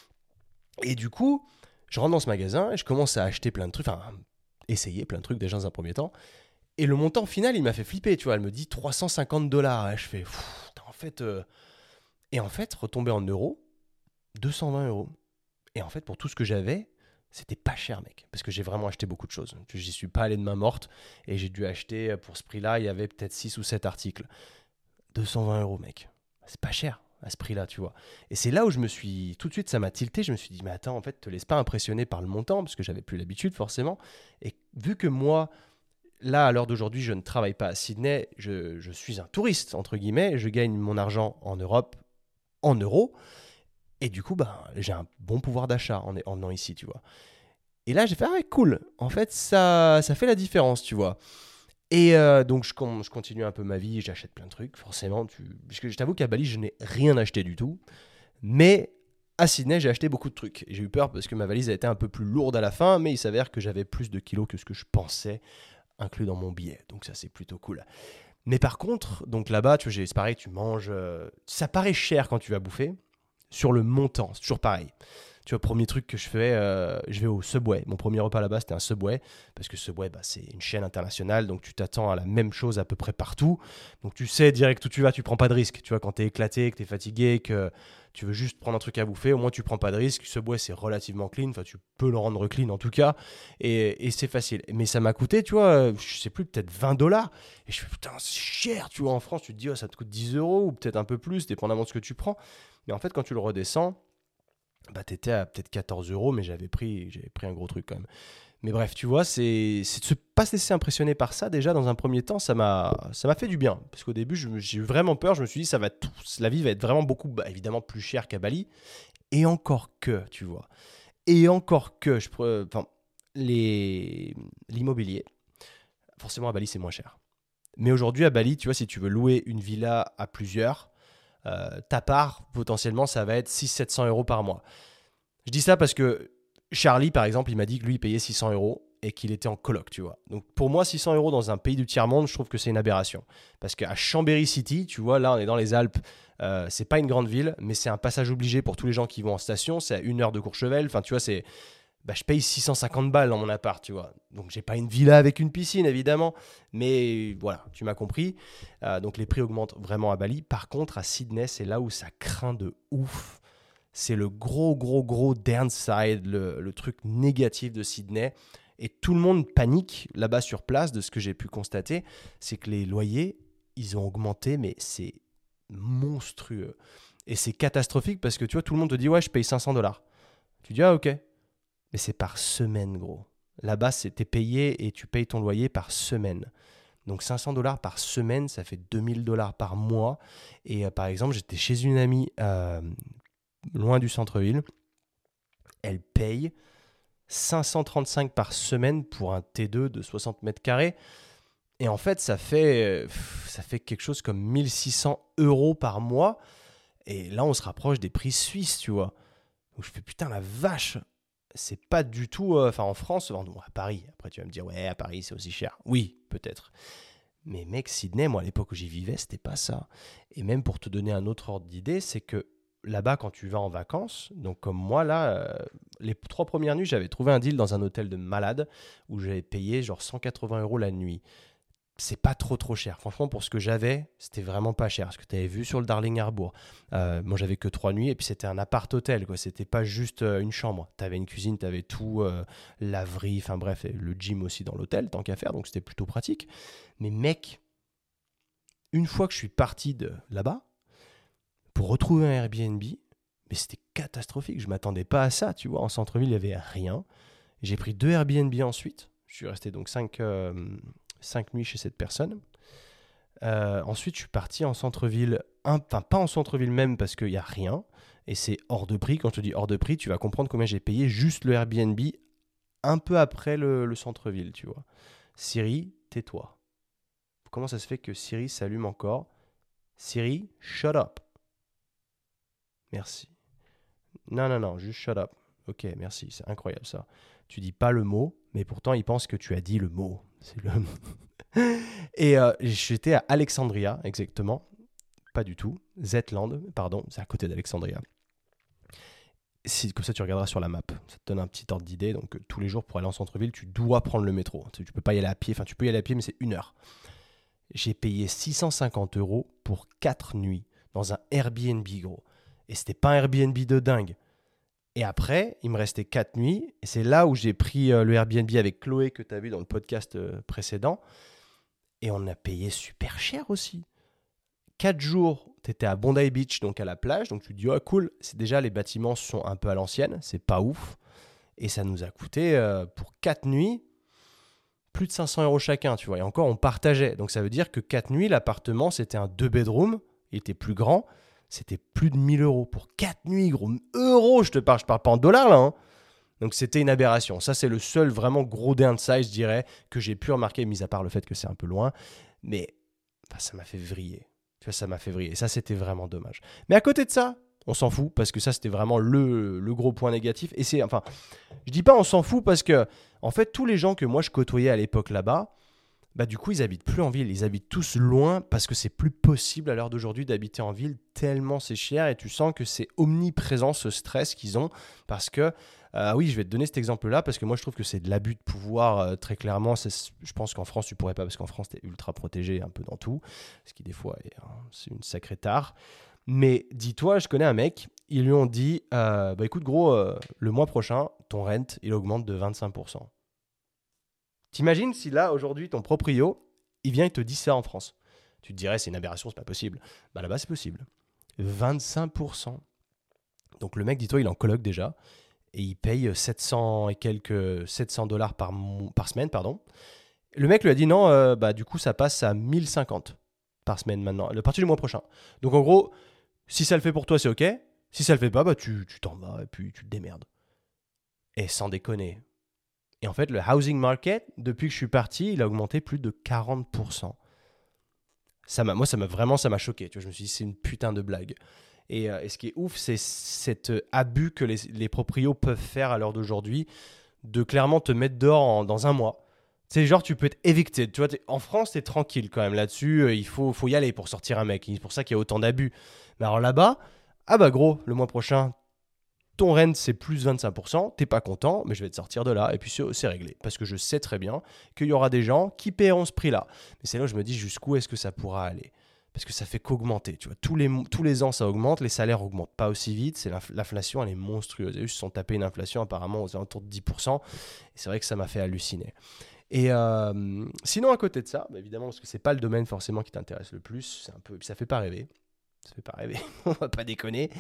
Et du coup, je rentre dans ce magasin et je commence à acheter plein de trucs. Enfin, essayer plein de trucs déjà dans un premier temps. Et le montant final, il m'a fait flipper. Tu vois, elle me dit trois cent cinquante dollars. Et je fais, pff, en fait. Euh... Et en fait, retomber en euros, deux cent vingt euros. Et en fait, pour tout ce que j'avais, C'était pas cher, mec, parce que j'ai vraiment acheté beaucoup de choses. J'y suis pas allé de main morte et j'ai dû acheter, pour ce prix-là, il y avait peut-être six ou sept articles. deux cent vingt euros, mec. C'est pas cher à ce prix-là, tu vois. Et c'est là où je me suis, tout de suite, ça m'a tilté. Je me suis dit, mais attends, en fait, te laisse pas impressionner par le montant, parce que j'avais plus l'habitude, forcément. Et vu que moi, là, à l'heure d'aujourd'hui, je ne travaille pas à Sydney, je, je suis un touriste, entre guillemets, je gagne mon argent en Europe, en euros, et du coup, ben, j'ai un bon pouvoir d'achat en, en venant ici, tu vois. Et là, j'ai fait, ah ouais, cool, en fait, ça, ça fait la différence, tu vois. Et euh, donc, je, com- je continue un peu ma vie, j'achète plein de trucs, forcément. Tu... Parce que je t'avoue qu'à Bali, je n'ai rien acheté du tout. Mais à Sydney, j'ai acheté beaucoup de trucs. Et j'ai eu peur parce que ma valise a été un peu plus lourde à la fin, mais il s'avère que j'avais plus de kilos que ce que je pensais, inclus dans mon billet. Donc ça, c'est plutôt cool. Mais par contre, donc là-bas, tu vois, j'ai- c'est pareil, tu manges... euh, ça paraît cher quand tu vas bouffer. Sur le montant, c'est toujours pareil. Tu vois, premier truc que je fais, euh, je vais au Subway. Mon premier repas là-bas, c'était un Subway. Parce que Subway, bah, c'est une chaîne internationale. Donc, tu t'attends à la même chose à peu près partout. Donc, tu sais direct où tu vas, tu prends pas de risque. Tu vois, quand tu es éclaté, que tu es fatigué, que tu veux juste prendre un truc à bouffer, au moins, tu prends pas de risque. Subway, c'est relativement clean. Enfin, tu peux le rendre clean en tout cas. Et, et c'est facile. Mais ça m'a coûté, tu vois, je sais plus, peut-être vingt dollars. Et je fais, putain, c'est cher. Tu vois, en France, tu te dis, oh, ça te coûte dix euros ou peut-être un peu plus, dépendamment de ce que tu prends. Mais en fait, quand tu le redescends, bah, t'étais à peut-être quatorze euros, mais j'avais pris, j'avais pris un gros truc quand même. Mais bref, tu vois, c'est, c'est de se pas se laisser impressionner par ça. Déjà, dans un premier temps, ça m'a, ça m'a fait du bien. Parce qu'au début, je me- j'ai eu vraiment peur. Je me suis dit, ça va tout, la vie va être vraiment beaucoup, bah, évidemment, plus chère qu'à Bali. Et encore que, tu vois. Et encore que, je, pre- enfin, les, l'immobilier, forcément, à Bali, c'est moins cher. Mais aujourd'hui, à Bali, tu vois, si tu veux louer une villa à plusieurs, euh, ta part, potentiellement, ça va être six cents à sept cents euros par mois. Je dis ça parce que Charlie, par exemple, il m'a dit que lui, il payait six cents euros et qu'il était en coloc, tu vois. Donc pour moi, six cents euros dans un pays du tiers-monde, je trouve que c'est une aberration. Parce qu'à Chambéry City, tu vois, là, on est dans les Alpes, euh, c'est pas une grande ville, mais c'est un passage obligé pour tous les gens qui vont en station. C'est à une heure de Courchevel. Enfin, tu vois, c'est. Bah, je paye six cent cinquante balles dans mon appart, tu vois. Donc, j'ai pas une villa avec une piscine, évidemment. Mais voilà, tu m'as compris. Euh, donc, les prix augmentent vraiment à Bali. Par contre, à Sydney, c'est là où ça craint de ouf. C'est le gros, gros, gros downside, le, le truc négatif de Sydney. Et tout le monde panique là-bas sur place, de ce que j'ai pu constater. C'est que les loyers, ils ont augmenté, mais c'est monstrueux. Et c'est catastrophique parce que tu vois, tout le monde te dit, ouais, je paye cinq cents dollars. Tu dis, ah, ok. Mais c'est par semaine, gros. Là-bas, c'est t'es payé et tu payes ton loyer par semaine. Donc cinq cents dollars par semaine, ça fait deux mille dollars par mois. Et euh, par exemple, j'étais chez une amie euh, loin du centre-ville. Elle paye cinq cent trente-cinq par semaine pour un T deux de soixante mètres carrés. Et en fait, ça fait, euh, ça fait quelque chose comme mille six cents euros par mois. Et là, on se rapproche des prix suisses, tu vois. Donc je fais putain la vache, c'est pas du tout. euh, Enfin, en France, bon, à Paris, après tu vas me dire, ouais, à Paris c'est aussi cher. Oui, peut-être. Mais mec, Sydney, moi à l'époque où j'y vivais, c'était pas ça. Et même pour te donner un autre ordre d'idée, c'est que là-bas, quand tu vas en vacances, donc comme moi là, euh, les trois premières nuits, j'avais trouvé un deal dans un hôtel de malade où j'avais payé genre cent quatre-vingts euros la nuit. C'est pas trop trop cher. Franchement, pour ce que j'avais, c'était vraiment pas cher. Ce que tu avais vu sur le Darling Harbour. Euh, moi, j'avais que trois nuits et puis c'était un appart-hôtel, quoi. C'était pas juste euh, une chambre. Tu avais une cuisine, tu avais tout, euh, laverie, enfin bref, et le gym aussi dans l'hôtel, tant qu'à faire, donc c'était plutôt pratique. Mais mec, une fois que je suis parti de là-bas, pour retrouver un Airbnb, mais c'était catastrophique. Je m'attendais pas à ça, tu vois. En centre-ville, il y avait rien. J'ai pris deux Airbnb ensuite. Je suis resté donc cinq, euh, cinq nuits chez cette personne. Euh, ensuite, je suis parti en centre-ville, enfin pas en centre-ville même parce qu'il n'y a rien, et c'est hors de prix. Quand je te dis hors de prix, tu vas comprendre combien j'ai payé juste le Airbnb un peu après le, le centre-ville, tu vois. Siri, tais-toi. Comment ça se fait que Siri s'allume encore? Siri, shut up. Merci. Non, non, non, juste shut up. Ok, merci, c'est incroyable ça. Tu dis pas le mot, mais pourtant il pense que tu as dit le mot. C'est le... Et euh, j'étais à Alexandria, exactement. Pas du tout. Zetland, pardon, c'est à côté d'Alexandria. C'est comme ça, tu regarderas sur la map. Ça te donne un petit ordre d'idée. Donc, euh, tous les jours, pour aller en centre-ville, tu dois prendre le métro. Tu, tu peux pas y aller à pied. Enfin, tu peux y aller à pied, mais c'est une heure. J'ai payé six cent cinquante euros pour quatre nuits dans un Airbnb, gros. Et c'était pas un Airbnb de dingue. Et après, il me restait quatre nuits. Et c'est là où j'ai pris euh, le Airbnb avec Chloé que tu as vu dans le podcast euh, précédent. Et on a payé super cher aussi. Quatre jours, tu étais à Bondi Beach, donc à la plage. Donc tu te dis, oh cool, c'est déjà les bâtiments sont un peu à l'ancienne, c'est pas ouf. Et ça nous a coûté euh, pour quatre nuits plus de cinq cents euros chacun, tu vois. Et encore, on partageait. Donc ça veut dire que quatre nuits, l'appartement, c'était un deux bedroom, il était plus grand, c'était plus de mille euros pour quatre nuits, gros. Euros, je te parle, je parle pas en dollars là, hein. Donc c'était une aberration. Ça, c'est le seul vraiment gros downside, je dirais, que j'ai pu remarquer, mis à part le fait que c'est un peu loin. Mais enfin, ça m'a fait vriller. Tu vois, ça m'a fait vriller. Et ça, c'était vraiment dommage. Mais à côté de ça, on s'en fout, parce que ça, c'était vraiment le, le gros point négatif. Et c'est, enfin, je dis pas on s'en fout, parce que, en fait, tous les gens que moi, je côtoyais à l'époque là-bas, bah du coup, ils habitent plus en ville. Ils habitent tous loin, parce que c'est plus possible à l'heure d'aujourd'hui d'habiter en ville, tellement c'est cher. Et tu sens que c'est omniprésent, ce stress qu'ils ont, parce que, euh, oui, je vais te donner cet exemple-là, parce que moi, je trouve que c'est de l'abus de pouvoir, euh, très clairement. C'est- je pense qu'en France, tu pourrais pas, parce qu'en France, tu es ultra protégé un peu dans tout, ce qui, des fois, est, hein, c'est une sacrée tare. Mais dis-toi, je connais un mec, ils lui ont dit, euh, bah écoute gros, euh, le mois prochain, ton rent, il augmente de vingt-cinq pour cent. T'imagines si là, aujourd'hui, ton proprio, il vient et te dit ça en France. Tu te dirais, c'est une aberration, c'est pas possible. Bah là-bas, c'est possible. vingt-cinq pour cent. Donc le mec, dis-toi, il est en coloc déjà, et il paye sept cents et quelques sept cents dollars par, mo- par semaine, pardon. Le mec lui a dit non, euh, bah du coup, ça passe à mille cinquante par semaine maintenant, à partir du mois prochain. Donc en gros, si ça le fait pour toi, c'est ok. Si ça le fait pas, bah tu tu t'en vas et puis tu te démerdes. Et sans déconner. Et en fait, le housing market, depuis que je suis parti, il a augmenté plus de quarante pour cent. Ça m'a, moi, ça m'a vraiment, ça m'a choqué. Tu vois, je me suis dit, c'est une putain de blague. Et, euh, et ce qui est ouf, c'est cet euh, abus que les, les proprios peuvent faire à l'heure d'aujourd'hui, de clairement te mettre dehors en- dans un mois. C'est genre, tu peux être évicté. Tu vois, t'es- en France, t'es tranquille quand même là-dessus. euh, Il faut, faut y aller pour sortir un mec. C'est pour ça qu'il y a autant d'abus. Mais alors là-bas, ah bah gros, le mois prochain, ton rent c'est plus vingt-cinq pour cent, t'es pas content, mais je vais te sortir de là, et puis c'est c'est réglé. Parce que je sais très bien qu'il y aura des gens qui paieront ce prix-là. Mais c'est là où je me dis jusqu'où est-ce que ça pourra aller. Parce que ça fait qu'augmenter, tu vois. Tous les, mo- tous les ans, ça augmente, les salaires augmentent pas aussi vite, c'est l'inf- l'inflation, elle est monstrueuse. Ils se sont tapés une inflation apparemment aux alentours de dix pour cent, et c'est vrai que ça m'a fait halluciner. Et euh, sinon, à côté de ça, bah, évidemment, parce que c'est pas le domaine forcément qui t'intéresse le plus, c'est un peu, ça fait pas rêver. Ça fait pas rêver, on va pas déconner.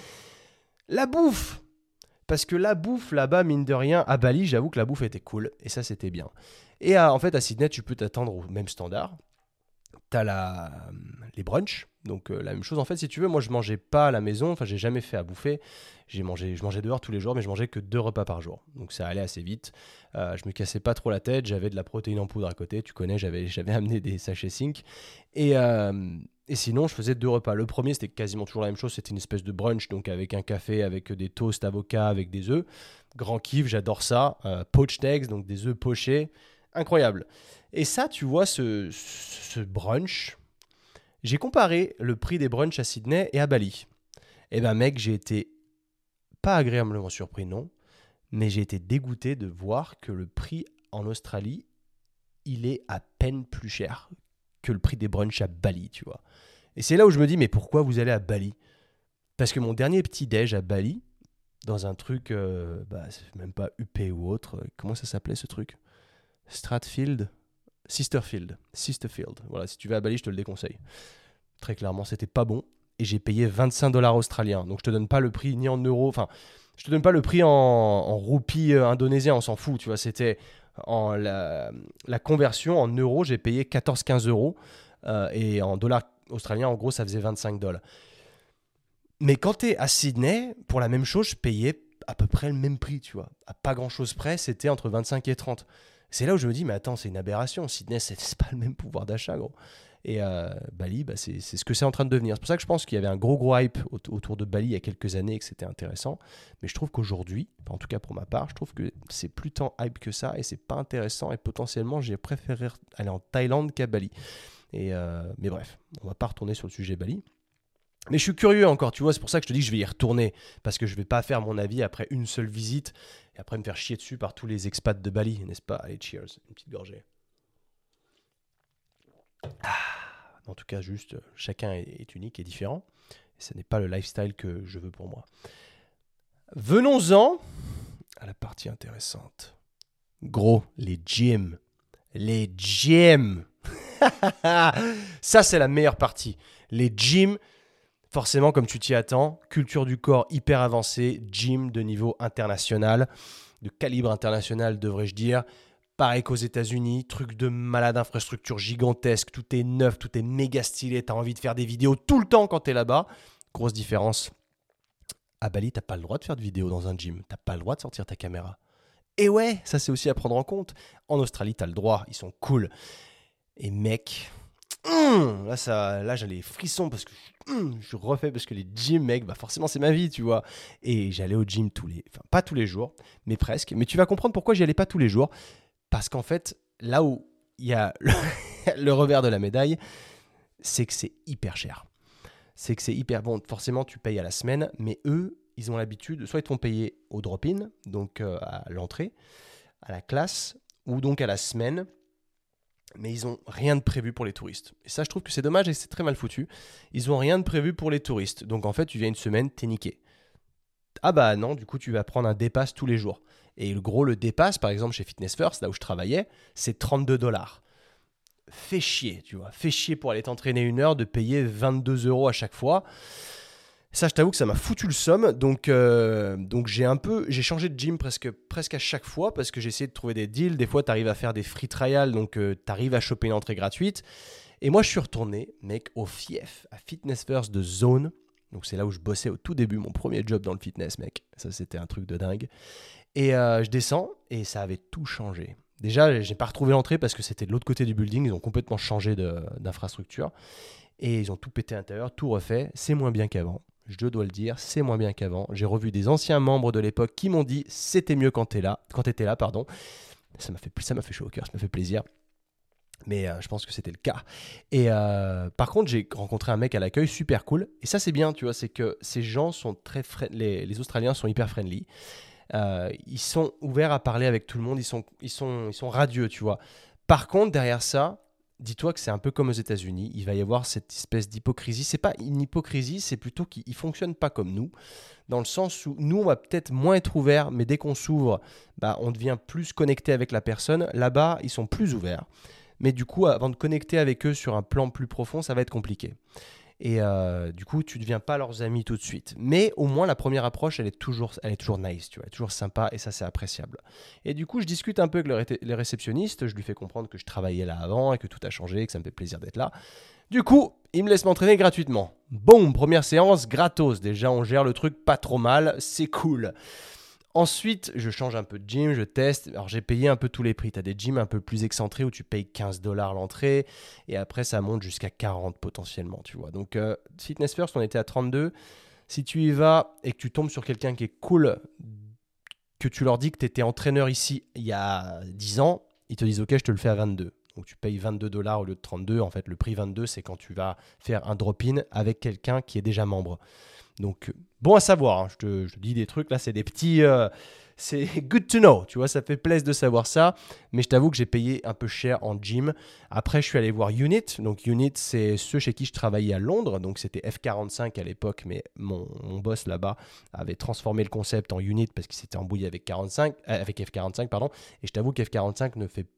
La bouffe. Parce que la bouffe là-bas, mine de rien, à Bali, j'avoue que la bouffe était cool. Et ça, c'était bien. Et à- en fait, à Sydney, tu peux t'attendre au même standard. T'as la, les brunchs. Donc, euh, la même chose. En fait, si tu veux, moi, je mangeais pas à la maison. Enfin, j'ai jamais fait à bouffer. J'ai mangé, je mangeais dehors tous les jours, mais je mangeais que deux repas par jour. Donc, ça allait assez vite. Euh, je me cassais pas trop la tête. J'avais de la protéine en poudre à côté. Tu connais, j'avais, j'avais amené des sachets Sync. Et, euh, et sinon, je faisais deux repas. Le premier, c'était quasiment toujours la même chose. C'était une espèce de brunch, donc avec un café, avec des toasts, avocats, avec des œufs. Grand kiff, j'adore ça. Euh, poached eggs, donc des œufs pochés. Incroyable. Et ça, tu vois, ce, ce brunch, j'ai comparé le prix des brunchs à Sydney et à Bali. Eh ben mec, j'ai été pas agréablement surpris, non, mais j'ai été dégoûté de voir que le prix en Australie, il est à peine plus cher que le prix des brunchs à Bali, tu vois. Et c'est là où je me dis, mais pourquoi vous allez à Bali? Parce que mon dernier petit déj à Bali, dans un truc, euh, bah, c'est même pas U P ou autre, euh, comment ça s'appelait ce truc? Stratfield? Sisterfield. Sisterfield. Voilà, si tu vas à Bali, je te le déconseille. Très clairement, c'était pas bon. Et j'ai payé vingt-cinq dollars australiens. Donc je te donne pas le prix ni en euros. Enfin, je te donne pas le prix en, en roupies euh, indonésiens, on s'en fout. Tu vois, c'était en la, la conversion en euros, j'ai payé quatorze quinze euros. Euh, et en dollars australiens, en gros, ça faisait vingt-cinq dollars. Mais quand tu es à Sydney, pour la même chose, je payais à peu près le même prix, tu vois. À pas grand-chose près, c'était entre vingt-cinq et trente. C'est là où je me dis, mais attends, c'est une aberration. Sydney, c'est c'est pas le même pouvoir d'achat, gros. Et euh, Bali, bah, c'est c'est ce que c'est en train de devenir. C'est pour ça que je pense qu'il y avait un gros, gros hype aut- autour de Bali il y a quelques années et que c'était intéressant. Mais je trouve qu'aujourd'hui, enfin, en tout cas pour ma part, je trouve que c'est plus tant hype que ça et c'est pas intéressant. Et potentiellement, j'ai préféré aller en Thaïlande qu'à Bali. Et euh, mais bref, on va pas retourner sur le sujet Bali. Mais je suis curieux encore, tu vois, c'est pour ça que je te dis que je vais y retourner, parce que je vais pas faire mon avis après une seule visite, et après me faire chier dessus par tous les expats de Bali, n'est-ce pas? Allez, cheers, une petite gorgée. En tout cas, juste, chacun est, est unique et différent, et ce n'est pas le lifestyle que je veux pour moi. Venons-en à la partie intéressante. Gros, les gyms. Les gyms. Ça, c'est la meilleure partie. Les gyms, forcément, comme tu t'y attends, culture du corps hyper avancée, gym de niveau international, de calibre international, devrais-je dire. Pareil qu'aux États-Unis, truc de malade, infrastructure gigantesque, tout est neuf, tout est méga stylé, t'as envie de faire des vidéos tout le temps quand t'es là-bas. Grosse différence. À Bali, t'as pas le droit de faire de vidéos dans un gym, t'as pas le droit de sortir ta caméra. Et ouais, ça c'est aussi à prendre en compte. En Australie, t'as le droit, ils sont cool. Et mec, hum, là, ça, là j'ai les frissons parce que hum, je refais parce que les gyms, mec, bah forcément c'est ma vie, tu vois. Et j'allais au gym tous les, enfin pas tous les jours, mais presque. Mais tu vas comprendre pourquoi j'y allais pas tous les jours. Parce qu'en fait, là où il y a le, le revers de la médaille, c'est que c'est hyper cher. C'est que c'est hyper bon. Forcément, tu payes à la semaine, mais eux, ils ont l'habitude, soit ils te font payer au drop-in, donc euh, à l'entrée, à la classe, ou donc à la semaine, mais ils n'ont rien de prévu pour les touristes. Et ça, je trouve que c'est dommage et c'est très mal foutu. Ils n'ont rien de prévu pour les touristes. Donc en fait, tu viens une semaine, t'es niqué. Ah bah non, du coup, tu vas prendre un dépasse tous les jours. Et le gros, le dépasse, par exemple, chez Fitness First, là où je travaillais, c'est trente-deux dollars. Fais chier, tu vois. Fais chier pour aller t'entraîner une heure de payer vingt-deux euros à chaque fois. Ça, je t'avoue que ça m'a foutu le somme. Donc, euh, donc j'ai un peu, j'ai changé de gym presque, presque à chaque fois parce que j'ai essayé de trouver des deals. Des fois, tu arrives à faire des free trials, donc euh, tu arrives à choper une entrée gratuite. Et moi, je suis retourné, mec, au fief, à Fitness First de Zone. Donc, c'est là où je bossais au tout début, mon premier job dans le fitness, mec. Ça, c'était un truc de dingue. Et euh, je descends et ça avait tout changé. Déjà, j'ai pas retrouvé l'entrée parce que c'était de l'autre côté du building. Ils ont complètement changé de, d'infrastructure. Et ils ont tout pété à l'intérieur, tout refait. C'est moins bien qu'avant. Je dois le dire, c'est moins bien qu'avant. J'ai revu des anciens membres de l'époque qui m'ont dit c'était mieux quand t'es là, quand t'étais là, pardon. Ça m'a fait, ça m'a fait chaud au cœur, ça m'a fait plaisir. Mais euh, je pense que c'était le cas. Et euh, par contre, j'ai rencontré un mec à l'accueil super cool. Et ça, c'est bien, tu vois, c'est que ces gens sont très fri- les, les Australiens sont hyper friendly. Euh, ils sont ouverts à parler avec tout le monde. Ils sont, ils sont, ils sont radieux, tu vois. Par contre, derrière ça, dis-toi que c'est un peu comme aux États-Unis. Il va y avoir cette espèce d'hypocrisie. C'est pas une hypocrisie, c'est plutôt qu'ils ne fonctionnent pas comme nous. Dans le sens où nous, on va peut-être moins être ouverts, mais dès qu'on s'ouvre, bah, on devient plus connecté avec la personne. Là-bas, ils sont plus ouverts. Mais du coup, avant de connecter avec eux sur un plan plus profond, ça va être compliqué. Et euh, du coup, tu ne deviens pas leurs amis tout de suite. Mais au moins, la première approche, elle est toujours, elle est toujours nice, tu vois, elle est toujours sympa et ça, c'est appréciable. Et du coup, je discute un peu avec le ré- les réceptionnistes. Je lui fais comprendre que je travaillais là avant et que tout a changé, que ça me fait plaisir d'être là. Du coup, il me laisse m'entraîner gratuitement. Boum, première séance, gratos. Déjà, on gère le truc pas trop mal, c'est cool. Ensuite, je change un peu de gym, je teste. Alors, j'ai payé un peu tous les prix. Tu as des gyms un peu plus excentrés où tu payes quinze dollars l'entrée et après, ça monte jusqu'à quarante potentiellement, tu vois. Donc, euh, Fitness First, on était à trente-deux. Si tu y vas et que tu tombes sur quelqu'un qui est cool, que tu leur dis que tu étais entraîneur ici il y a dix ans, ils te disent OK, je te le fais à vingt-deux. Donc, tu payes vingt-deux dollars au lieu de trente-deux. En fait, le prix vingt-deux, c'est quand tu vas faire un drop-in avec quelqu'un qui est déjà membre. Donc, bon à savoir, hein. je, te, je te dis des trucs, là, c'est des petits... euh, c'est good to know, tu vois, ça fait plaisir de savoir ça. Mais je t'avoue que j'ai payé un peu cher en gym. Après, je suis allé voir Unit. Donc, Unit, c'est ceux chez qui je travaillais à Londres. Donc, c'était F quarante-cinq à l'époque, mais mon, mon boss là-bas avait transformé le concept en Unit parce qu'il s'était embrouillé avec, quarante-cinq, euh, avec F quarante-cinq, pardon. Et je t'avoue qu'F quarante-cinq ne fait,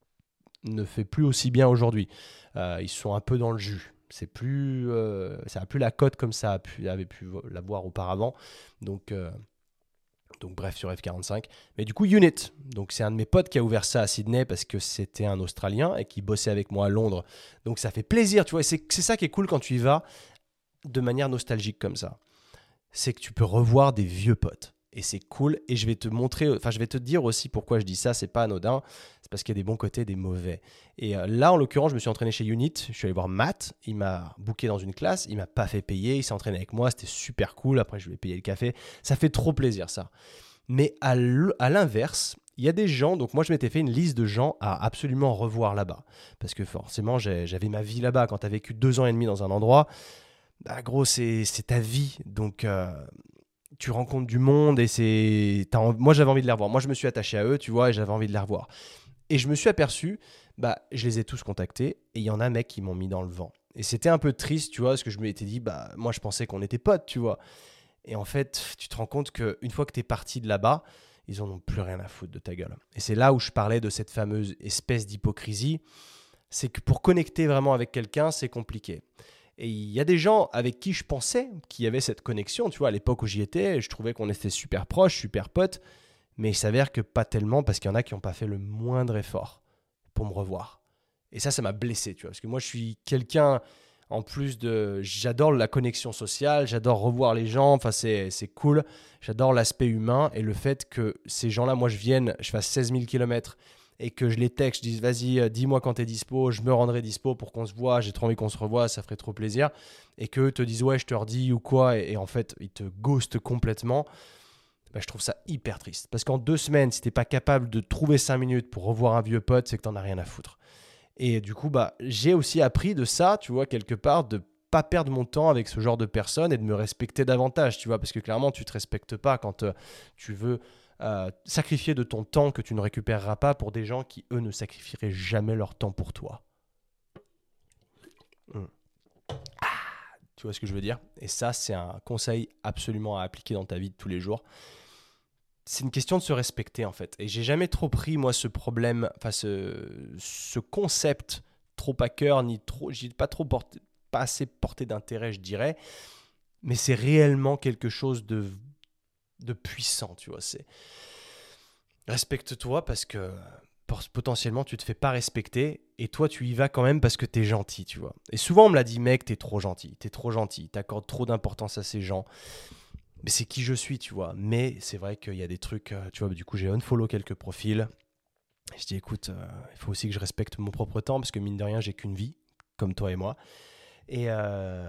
ne fait plus aussi bien aujourd'hui. Euh, ils sont un peu dans le jus. C'est plus, euh, ça n'a plus la cote comme ça a pu, avait pu l'avoir auparavant. Donc, euh, donc bref, sur F quarante-cinq. Mais du coup, Unit. Donc c'est un de mes potes qui a ouvert ça à Sydney parce que c'était un Australien et qui bossait avec moi à Londres. Donc ça fait plaisir, tu vois. Et c'est, c'est ça qui est cool quand tu y vas de manière nostalgique comme ça. C'est que tu peux revoir des vieux potes. Et c'est cool. Et je vais te montrer, enfin, je vais te dire aussi pourquoi je dis ça. C'est pas anodin. C'est parce qu'il y a des bons côtés, des mauvais. Et euh, là, en l'occurrence, je me suis entraîné chez Unit. Je suis allé voir Matt. Il m'a booké dans une classe. Il m'a pas fait payer. Il s'est entraîné avec moi. C'était super cool. Après, je lui ai payé le café. Ça fait trop plaisir, ça. Mais à, l- à l'inverse, il y a des gens, donc moi je m'étais fait une liste de gens à absolument revoir là-bas. Parce que forcément, j'ai- j'avais ma vie là-bas. Quand tu as vécu deux ans et demi dans un endroit, bah gros, c'est, c'est ta vie. Donc, euh, tu rencontres du monde et c'est. t'as en- Moi, j'avais envie de les revoir. Moi, je me suis attaché à eux, tu vois, et j'avais envie de les revoir. Et je me suis aperçu, bah, je les ai tous contactés et il y en a, mec, qui m'ont mis dans le vent. Et c'était un peu triste, tu vois, parce que je m'étais dit, bah, moi, je pensais qu'on était potes, tu vois. Et en fait, tu te rends compte qu'une fois que tu es parti de là-bas, ils en ont plus rien à foutre de ta gueule. Et c'est là où je parlais de cette fameuse espèce d'hypocrisie. C'est que pour connecter vraiment avec quelqu'un, c'est compliqué. Et il y a des gens avec qui je pensais qu'il y avait cette connexion. Tu vois, à l'époque où j'y étais, je trouvais qu'on était super proches, super potes. Mais il s'avère que pas tellement parce qu'il y en a qui n'ont pas fait le moindre effort pour me revoir. Et ça, ça m'a blessé, tu vois. Parce que moi, je suis quelqu'un, en plus de... J'adore la connexion sociale, j'adore revoir les gens, enfin, c'est, c'est cool. J'adore l'aspect humain et le fait que ces gens-là, moi, je vienne, je fasse seize mille kilomètres et que je les texte, je dis, vas-y, dis-moi quand t'es dispo, je me rendrai dispo pour qu'on se voit, j'ai trop envie qu'on se revoie, ça ferait trop plaisir. Et qu'eux te disent, ouais, je te redis ou quoi, et, et en fait, ils te ghostent complètement. Bah, je trouve ça hyper triste. Parce qu'en deux semaines, si t'es pas capable de trouver cinq minutes pour revoir un vieux pote, c'est que t'en as rien à foutre. Et du coup, bah, j'ai aussi appris de ça, tu vois, quelque part, de pas perdre mon temps avec ce genre de personnes et de me respecter davantage, tu vois, parce que clairement, tu te respectes pas quand euh, tu veux euh, sacrifier de ton temps que tu ne récupéreras pas pour des gens qui, eux, ne sacrifieraient jamais leur temps pour toi. Mm. Tu vois ce que je veux dire? Et ça, c'est un conseil absolument à appliquer dans ta vie de tous les jours. C'est une question de se respecter en fait. Et j'ai jamais trop pris moi ce problème, enfin ce, ce concept trop à cœur, ni trop, j'ai pas trop porté, pas assez porté d'intérêt, je dirais. Mais c'est réellement quelque chose de, de puissant, tu vois. C'est respecte-toi parce que potentiellement tu te fais pas respecter et toi tu y vas quand même parce que t'es gentil, tu vois. Et souvent on me l'a dit, mec, t'es trop gentil, t'es trop gentil, t'accordes trop d'importance à ces gens. Mais c'est qui je suis, tu vois. Mais c'est vrai qu'il y a des trucs, euh, tu vois, du coup j'ai unfollow quelques profils. Je dis, écoute, euh, il faut aussi que je respecte mon propre temps, parce que mine de rien, j'ai qu'une vie, comme toi et moi. Et, euh,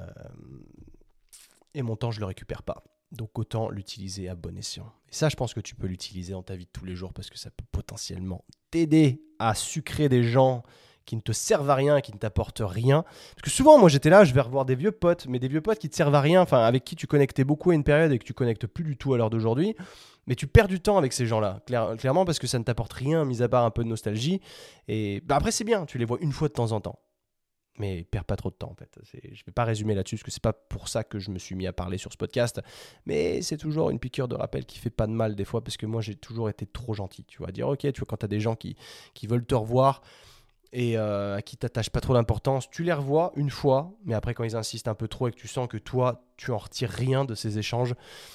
et mon temps, je le récupère pas. Donc autant l'utiliser à bon escient. Et ça, je pense que tu peux l'utiliser dans ta vie de tous les jours, parce que ça peut potentiellement t'aider à sucrer des gens qui ne te servent à rien, qui ne t'apportent rien. Parce que souvent, moi, j'étais là, je vais revoir des vieux potes, mais des vieux potes qui te servent à rien, enfin, avec qui tu connectais beaucoup à une période et que tu connectes plus du tout à l'heure d'aujourd'hui. Mais tu perds du temps avec ces gens-là, clair- clairement, parce que ça ne t'apporte rien, mis à part un peu de nostalgie. Et bah, après, c'est bien, tu les vois une fois de temps en temps. Mais perds pas trop de temps, en fait. C'est- je ne vais pas résumer là-dessus, parce que c'est pas pour ça que je me suis mis à parler sur ce podcast. Mais c'est toujours une piqûre de rappel qui fait pas de mal des fois, parce que moi, j'ai toujours été trop gentil. Tu vois, dire, ok, tu vois, quand tu as des gens qui, qui veulent te revoir, et euh, à qui t'attaches pas trop d'importance, tu les revois une fois, mais après quand ils insistent un peu trop et que tu sens que toi, tu en retires rien de ces échanges,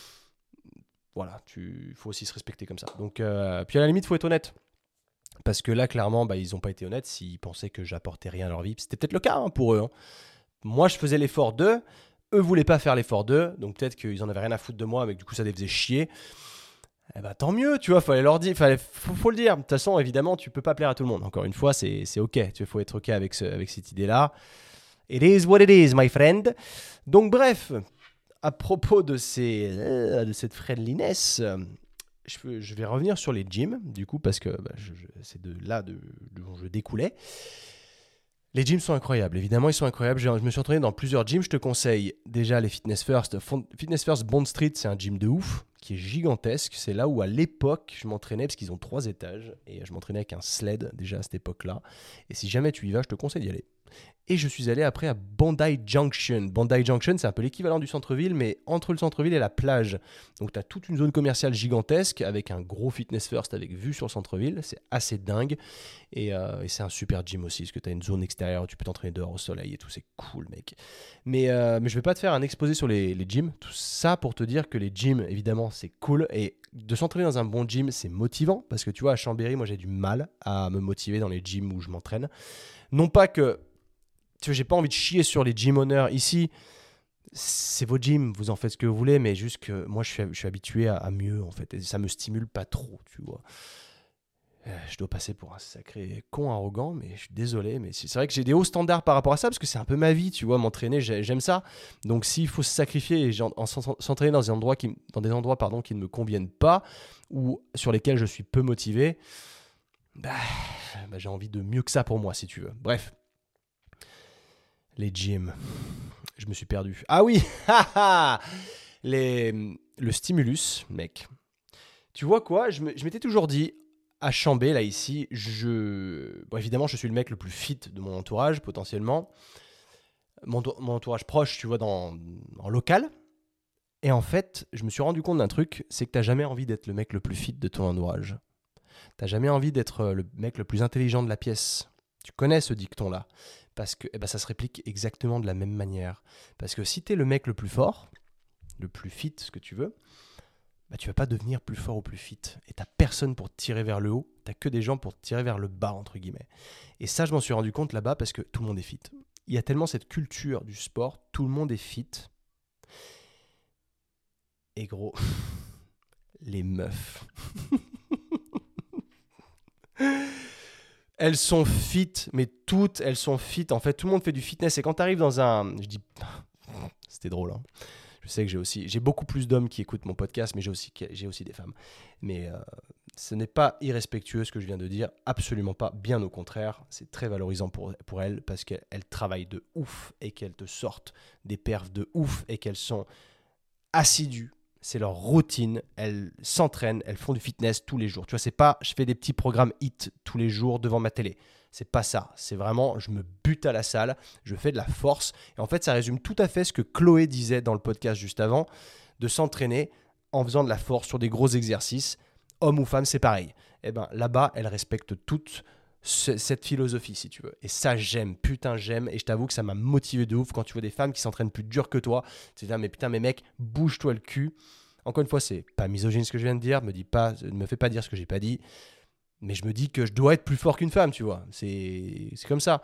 voilà, il faut aussi se respecter comme ça. Donc, euh, puis à la limite, il faut être honnête. Parce que là, clairement, bah, ils n'ont pas été honnêtes s'ils pensaient que j'apportais rien à leur vie. C'était peut-être le cas hein, pour eux. Hein. Moi, je faisais l'effort d'eux, eux voulaient pas faire l'effort d'eux, donc peut-être qu'ils en avaient rien à foutre de moi, mais que du coup, ça les faisait chier. Eh ben, tant mieux, tu vois, fallait leur dire, fallait, faut, faut le dire. De toute façon, évidemment, tu peux pas plaire à tout le monde. Encore une fois, c'est, c'est ok. Tu faut être ok avec, ce, avec cette idée-là. It is what it is, my friend. Donc, bref, à propos de, ces, euh, de cette friendliness, euh, je, veux- je vais revenir sur les gyms, du coup, parce que bah, je- je- c'est de là de, dont je découlais. Les gyms sont incroyables, évidemment, ils sont incroyables. Je, je me suis entraîné dans plusieurs gyms. Je te conseille déjà les Fitness First. Fon- Fitness First Bond Street, c'est un gym de ouf qui est gigantesque. C'est là où à l'époque je m'entraînais parce qu'ils ont trois étages et je m'entraînais avec un sled déjà à cette époque-là. Et si jamais tu y vas, je te conseille d'y aller. Et je suis allé après à Bondi Junction. Bondi Junction, c'est un peu l'équivalent du centre-ville, mais entre le centre-ville et la plage. Donc tu as toute une zone commerciale gigantesque avec un gros Fitness First avec vue sur le centre-ville. C'est assez dingue. Et, euh, et c'est un super gym aussi, parce que tu as une zone extérieure où tu peux t'entraîner dehors au soleil et tout. C'est cool, mec. Mais, euh, mais je vais pas te faire un exposé sur les, les gyms. Tout ça pour te dire que les gyms, évidemment, c'est cool. Et de s'entraîner dans un bon gym, c'est motivant. Parce que tu vois, à Chambéry, moi, j'ai du mal à me motiver dans les gyms où je m'entraîne. Non pas que tu vois, j'ai pas envie de chier sur les gym owners ici. C'est vos gyms, vous en faites ce que vous voulez, mais juste que moi, je suis, je suis habitué à, à mieux, en fait. Et ça me stimule pas trop, tu vois. Euh, Je dois passer pour un sacré con arrogant, mais je suis désolé. Mais c'est c'est vrai que j'ai des hauts standards par rapport à ça, parce que c'est un peu ma vie, tu vois, m'entraîner, j'ai- j'aime ça. Donc s'il faut se sacrifier et j'en- en s'en- s'entraîner dans des endroits, qui, dans des endroits pardon, qui ne me conviennent pas, ou sur lesquels je suis peu motivé, bah, bah, j'ai envie de mieux que ça pour moi, si tu veux. Bref, les gyms. Je me suis perdu. Ah oui, les, le stimulus, mec. Tu vois quoi, je me- je m'étais toujours dit, à Chambé, là, ici, je... Bon, évidemment, je suis le mec le plus fit de mon entourage, potentiellement. Mon, mon entourage proche, tu vois, dans, en local. Et en fait, je me suis rendu compte d'un truc, c'est que t'as jamais envie d'être le mec le plus fit de ton entourage. T'as jamais envie d'être le mec le plus intelligent de la pièce. Tu connais ce dicton-là. Parce que eh ben, ça se réplique exactement de la même manière. Parce que si t'es le mec le plus fort, le plus fit, ce que tu veux, bah, tu vas pas devenir plus fort ou plus fit. Et t'as personne pour te tirer vers le haut, t'as que des gens pour te tirer vers le bas, entre guillemets. Et ça, je m'en suis rendu compte là-bas parce que tout le monde est fit. Il y a tellement cette culture du sport, tout le monde est fit. Et gros, les meufs. Elles sont fit, mais toutes, elles sont fit. En fait, tout le monde fait du fitness. Et quand tu arrives dans un... Je dis... C'était drôle, hein. Je sais que j'ai aussi... J'ai beaucoup plus d'hommes qui écoutent mon podcast, mais j'ai aussi, j'ai aussi des femmes. Mais euh, ce n'est pas irrespectueux ce que je viens de dire. Absolument pas. Bien au contraire. C'est très valorisant pour, pour elles parce qu'elles travaillent de ouf et qu'elles te sortent des perfs de ouf et qu'elles sont assidues. C'est leur routine, elles s'entraînent, elles font du fitness tous les jours. Tu vois, c'est pas je fais des petits programmes hit tous les jours devant ma télé. C'est pas ça. C'est vraiment je me bute à la salle, je fais de la force. Et en fait, ça résume tout à fait ce que Chloé disait dans le podcast juste avant, de s'entraîner en faisant de la force sur des gros exercices. Homme ou femme, c'est pareil. Et ben là-bas, elles respectent toutes ce, cette philosophie, si tu veux. Et ça, j'aime. Putain, j'aime. Et je t'avoue que ça m'a motivé de ouf quand tu vois des femmes qui s'entraînent plus dur que toi. Tu te dis, mais putain, mes mecs, bouge-toi le cul. Encore une fois, c'est pas misogyne ce que je viens de dire. Me dis pas, ne me fais pas dire ce que j'ai pas dit. Mais je me dis que je dois être plus fort qu'une femme, tu vois. C'est, c'est comme ça.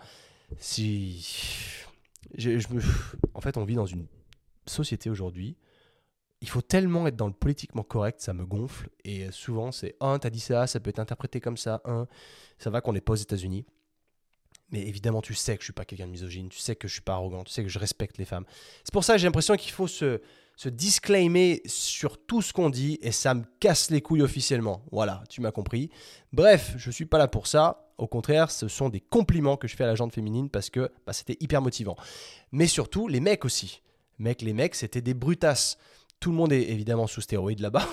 Si... Je, je me... En fait, on vit dans une société aujourd'hui. Il faut tellement être dans le politiquement correct, ça me gonfle. Et souvent, c'est « Ah, t'as dit ça, ça peut être interprété comme ça. Hein. » Ça va qu'on n'est pas aux États-Unis. Mais évidemment, tu sais que je suis pas quelqu'un de misogyne. Tu sais que je suis pas arrogant. Tu sais que je respecte les femmes. C'est pour ça que j'ai l'impression qu'il faut se, se disclaimer sur tout ce qu'on dit. Et ça me casse les couilles officiellement. Voilà, tu m'as compris. Bref, je suis pas là pour ça. Au contraire, ce sont des compliments que je fais à la gente féminine parce que bah, c'était hyper motivant. Mais surtout, les mecs aussi. Mec, les mecs, c'était des brutasses. Tout le monde est évidemment sous stéroïdes là-bas.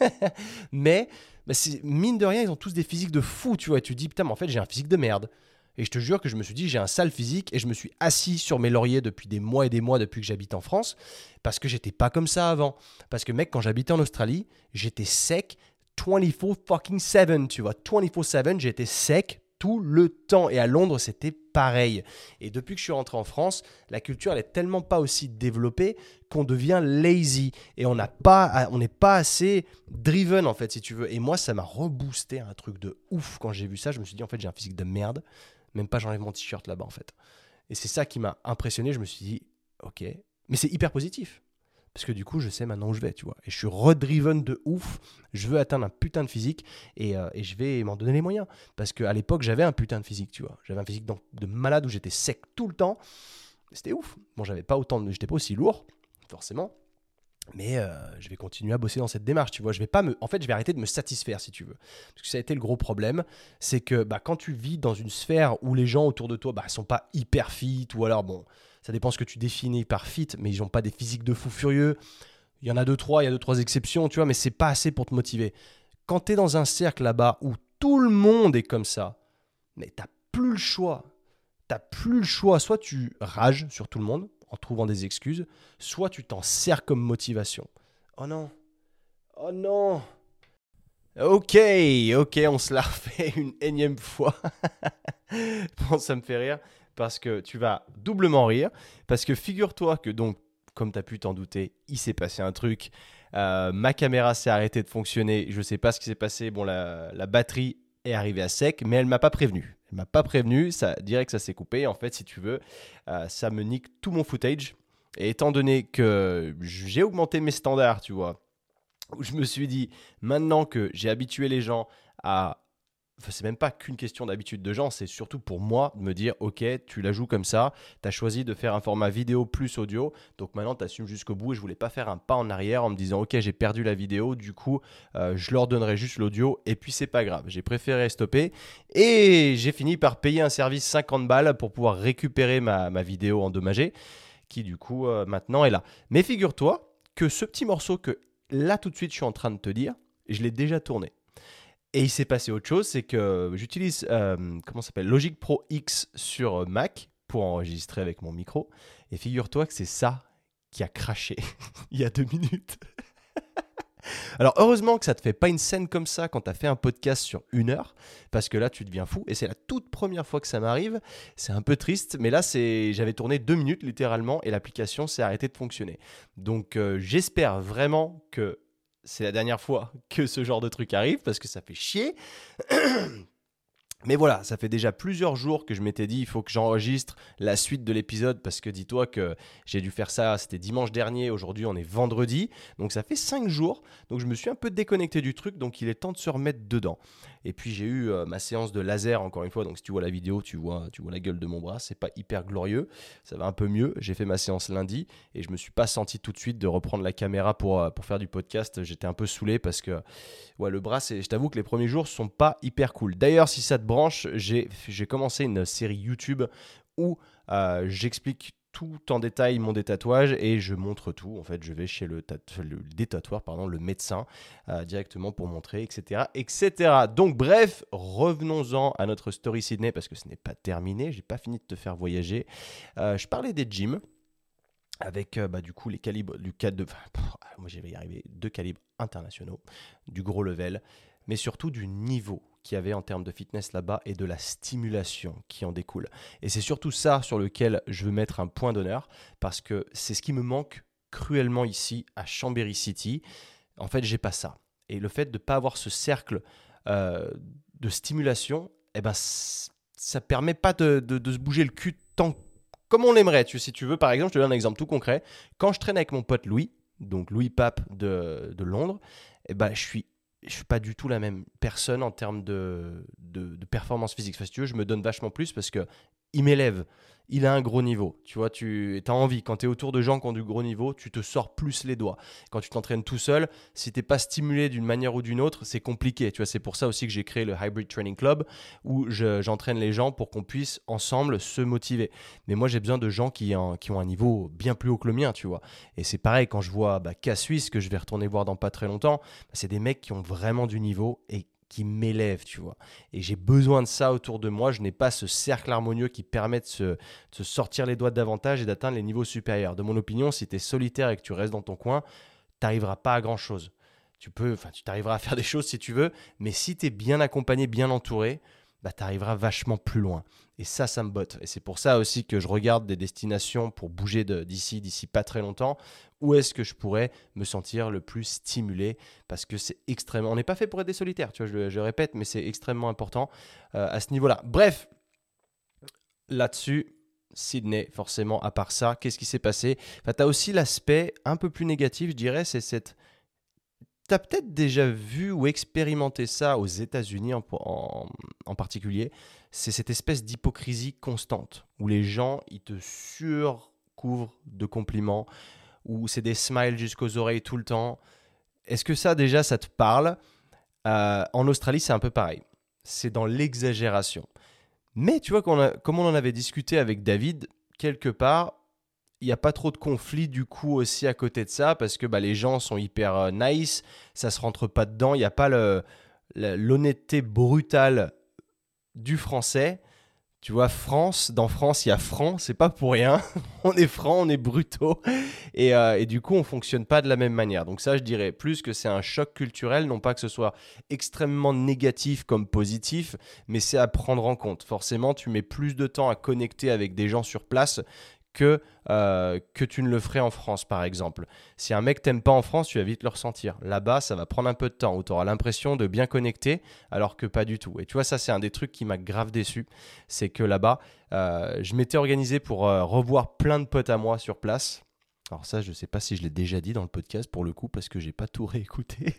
mais bah c'est, mine de rien, ils ont tous des physiques de fou, tu vois. Et tu te dis, putain, mais en fait, j'ai un physique de merde. Et je te jure que je me suis dit, j'ai un sale physique et je me suis assis sur mes lauriers depuis des mois et des mois depuis que j'habite en France parce que j'étais pas comme ça avant. Parce que mec, quand j'habitais en Australie, j'étais sec vingt-quatre fucking sept, tu vois. vingt-quatre sept, j'étais sec tout le temps. Et à Londres, c'était pareil. Et depuis que je suis rentré en France, la culture, elle est tellement pas aussi développée qu'on devient lazy. Et on n'a pas, on n'est pas assez driven, en fait, si tu veux. Et moi, ça m'a reboosté un truc de ouf. Quand j'ai vu ça, je me suis dit, en fait, j'ai un physique de merde. Même pas, j'enlève mon t-shirt là-bas, en fait. Et c'est ça qui m'a impressionné. Je me suis dit, ok. Mais c'est hyper positif. Parce que du coup, je sais maintenant où je vais, tu vois. Et je suis redriven de ouf. Je veux atteindre un putain de physique et, euh, et je vais m'en donner les moyens. Parce qu'à l'époque, j'avais un putain de physique, tu vois. J'avais un physique de malade où j'étais sec tout le temps. C'était ouf. Bon, j'avais pas autant de... j'étais pas aussi lourd, forcément. Mais euh, je vais continuer à bosser dans cette démarche, tu vois. Je vais pas me... En fait, je vais arrêter de me satisfaire, si tu veux. Parce que ça a été le gros problème. C'est que bah, quand tu vis dans une sphère où les gens autour de toi bah, sont pas hyper fit, ou alors, bon, ça dépend ce que tu définis par fit, mais ils n'ont pas des physiques de fous furieux. Il y en a deux, trois, il y a deux, trois exceptions, tu vois, mais c'est pas assez pour te motiver. Quand tu es dans un cercle là-bas où tout le monde est comme ça, mais t'as plus le choix. T'as plus le choix. Soit tu rages sur tout le monde, en trouvant des excuses, soit tu t'en sers comme motivation. Oh non, oh non. Ok, ok, on se la refait une énième fois. Bon, ça me fait rire parce que tu vas doublement rire. Parce que figure-toi que donc, comme tu as pu t'en douter, il s'est passé un truc. Euh, ma caméra s'est arrêtée de fonctionner. Je ne sais pas ce qui s'est passé. Bon, la, la batterie est arrivée à sec, mais elle ne m'a pas prévenu. Elle m'a pas prévenu, ça dirait que ça s'est coupé. En fait, si tu veux, euh, ça me nique tout mon footage. Et étant donné que j'ai augmenté mes standards, tu vois, où je me suis dit, maintenant que j'ai habitué les gens à... Enfin, c'est même pas qu'une question d'habitude de gens, c'est surtout pour moi de me dire, ok, tu la joues comme ça, tu as choisi de faire un format vidéo plus audio, donc maintenant tu assumes jusqu'au bout et je voulais pas faire un pas en arrière en me disant, ok, j'ai perdu la vidéo, du coup, euh, je leur donnerai juste l'audio et puis c'est pas grave. J'ai préféré stopper et j'ai fini par payer un service cinquante balles pour pouvoir récupérer ma, ma vidéo endommagée, qui du coup, euh, maintenant est là. Mais figure-toi que ce petit morceau que là tout de suite je suis en train de te dire, je l'ai déjà tourné. Et il s'est passé autre chose, c'est que j'utilise euh, comment ça s'appelle, Logic Pro X sur Mac pour enregistrer avec mon micro. Et figure-toi que c'est ça qui a craché il y a deux minutes. Alors heureusement que ça te fait pas une scène comme ça quand tu as fait un podcast sur une heure, parce que là tu deviens fou, et c'est la toute première fois que ça m'arrive, c'est un peu triste, mais là c'est... j'avais tourné deux minutes littéralement et l'application s'est arrêtée de fonctionner. Donc euh, j'espère vraiment que c'est la dernière fois que ce genre de truc arrive, parce que ça fait chier. Mais voilà, ça fait déjà plusieurs jours que je m'étais dit il faut que j'enregistre la suite de l'épisode, parce que dis-toi que j'ai dû faire ça, c'était dimanche dernier, aujourd'hui on est vendredi, donc ça fait cinq jours, donc je me suis un peu déconnecté du truc, donc il est temps de se remettre dedans. Et puis j'ai eu euh, ma séance de laser encore une fois, donc si tu vois la vidéo, tu vois, tu vois la gueule de mon bras, c'est pas hyper glorieux, ça va un peu mieux, j'ai fait ma séance lundi et je me suis pas senti tout de suite de reprendre la caméra pour, euh, pour faire du podcast, j'étais un peu saoulé parce que ouais, le bras, c'est, je t'avoue que les premiers jours sont pas hyper cool. D'ailleurs, si ça te branche, j'ai, j'ai commencé une série YouTube où euh, j'explique tout en détail mon détatouage et je montre tout. En fait, je vais chez le, tat- le détatoueur, pardon, le médecin euh, directement pour montrer, et cetera, et cetera. Donc, bref, revenons-en à notre story Sydney parce que ce n'est pas terminé. J'ai pas fini de te faire voyager. Euh, je parlais des gyms avec euh, bah, du coup les calibres du cadre de, enfin, pff, moi j'y vais y arriver, deux calibres internationaux, du gros level, mais surtout du niveau qu'il y avait en termes de fitness là-bas et de la stimulation qui en découle. Et c'est surtout ça sur lequel je veux mettre un point d'honneur, parce que c'est ce qui me manque cruellement ici à Chambéry City. En fait, j'ai pas ça. Et le fait de ne pas avoir ce cercle euh, de stimulation, eh ben, c- ça permet pas de, de, de se bouger le cul tant comme on l'aimerait. Tu, si tu veux, par exemple, je te donne un exemple tout concret. Quand je traîne avec mon pote Louis, donc Louis Pape de, de Londres, eh ben, je suis je suis pas du tout la même personne en termes de, de, de performance physique. Enfin, si tu veux, je me donne vachement plus parce que il m'élève. Il a un gros niveau. Tu vois, tu as envie. Quand tu es autour de gens qui ont du gros niveau, tu te sors plus les doigts. Quand tu t'entraînes tout seul, si tu n'es pas stimulé d'une manière ou d'une autre, c'est compliqué. Tu vois, c'est pour ça aussi que j'ai créé le Hybrid Training Club où je, j'entraîne les gens pour qu'on puisse ensemble se motiver. Mais moi, j'ai besoin de gens qui, en, qui ont un niveau bien plus haut que le mien, tu vois. Et c'est pareil quand je vois bah, K-Suisse, que je vais retourner voir dans pas très longtemps, bah, c'est des mecs qui ont vraiment du niveau et qui m'élèvent, tu vois. Et j'ai besoin de ça autour de moi. Je n'ai pas ce cercle harmonieux qui permet de se, de se sortir les doigts davantage et d'atteindre les niveaux supérieurs. De mon opinion, si tu es solitaire et que tu restes dans ton coin, tu n'arriveras pas à grand-chose. Tu peux, enfin, tu t'arriveras à faire des choses si tu veux, mais si tu es bien accompagné, bien entouré, bah, tu arriveras vachement plus loin. Et ça, ça me botte. Et c'est pour ça aussi que je regarde des destinations pour bouger de, d'ici, d'ici pas très longtemps. Où est-ce que je pourrais me sentir le plus stimulé? Parce que c'est extrêmement... On n'est pas fait pour être des solitaires, tu vois, je, je répète, mais c'est extrêmement important euh, à ce niveau-là. Bref, là-dessus, Sydney, forcément, à part ça, qu'est-ce qui s'est passé? Enfin, tu as aussi l'aspect un peu plus négatif, je dirais, c'est cette... Tu as peut-être déjà vu ou expérimenté ça aux États-Unis en, en, en particulier. C'est cette espèce d'hypocrisie constante où les gens, ils te surcouvrent de compliments, où c'est des smiles jusqu'aux oreilles tout le temps. Est-ce que ça, déjà, ça te parle? Euh, En Australie, c'est un peu pareil. C'est dans l'exagération. Mais tu vois, qu'on a- comme on en avait discuté avec David, quelque part, il n'y a pas trop de conflits du coup aussi à côté de ça, parce que bah, les gens sont hyper euh, nice, ça se rentre pas dedans, il n'y a pas le, le- l'honnêteté brutale du français. Tu vois, France, dans France, il y a franc, c'est pas pour rien. On est franc, on est brutaux. Et, euh, et du coup, on fonctionne pas de la même manière. Donc ça, je dirais plus que c'est un choc culturel, non pas que ce soit extrêmement négatif comme positif, mais c'est à prendre en compte. Forcément, tu mets plus de temps à connecter avec des gens sur place que, euh, que tu ne le ferais en France, par exemple. Si un mec t'aime pas en France, tu vas vite le ressentir. Là-bas, ça va prendre un peu de temps, où tu auras l'impression de bien connecter, alors que pas du tout. Et tu vois, ça, c'est un des trucs qui m'a grave déçu. C'est que là-bas, euh, je m'étais organisé pour euh, revoir plein de potes à moi sur place. Alors ça, je sais pas si je l'ai déjà dit dans le podcast, pour le coup, parce que j'ai pas tout réécouté.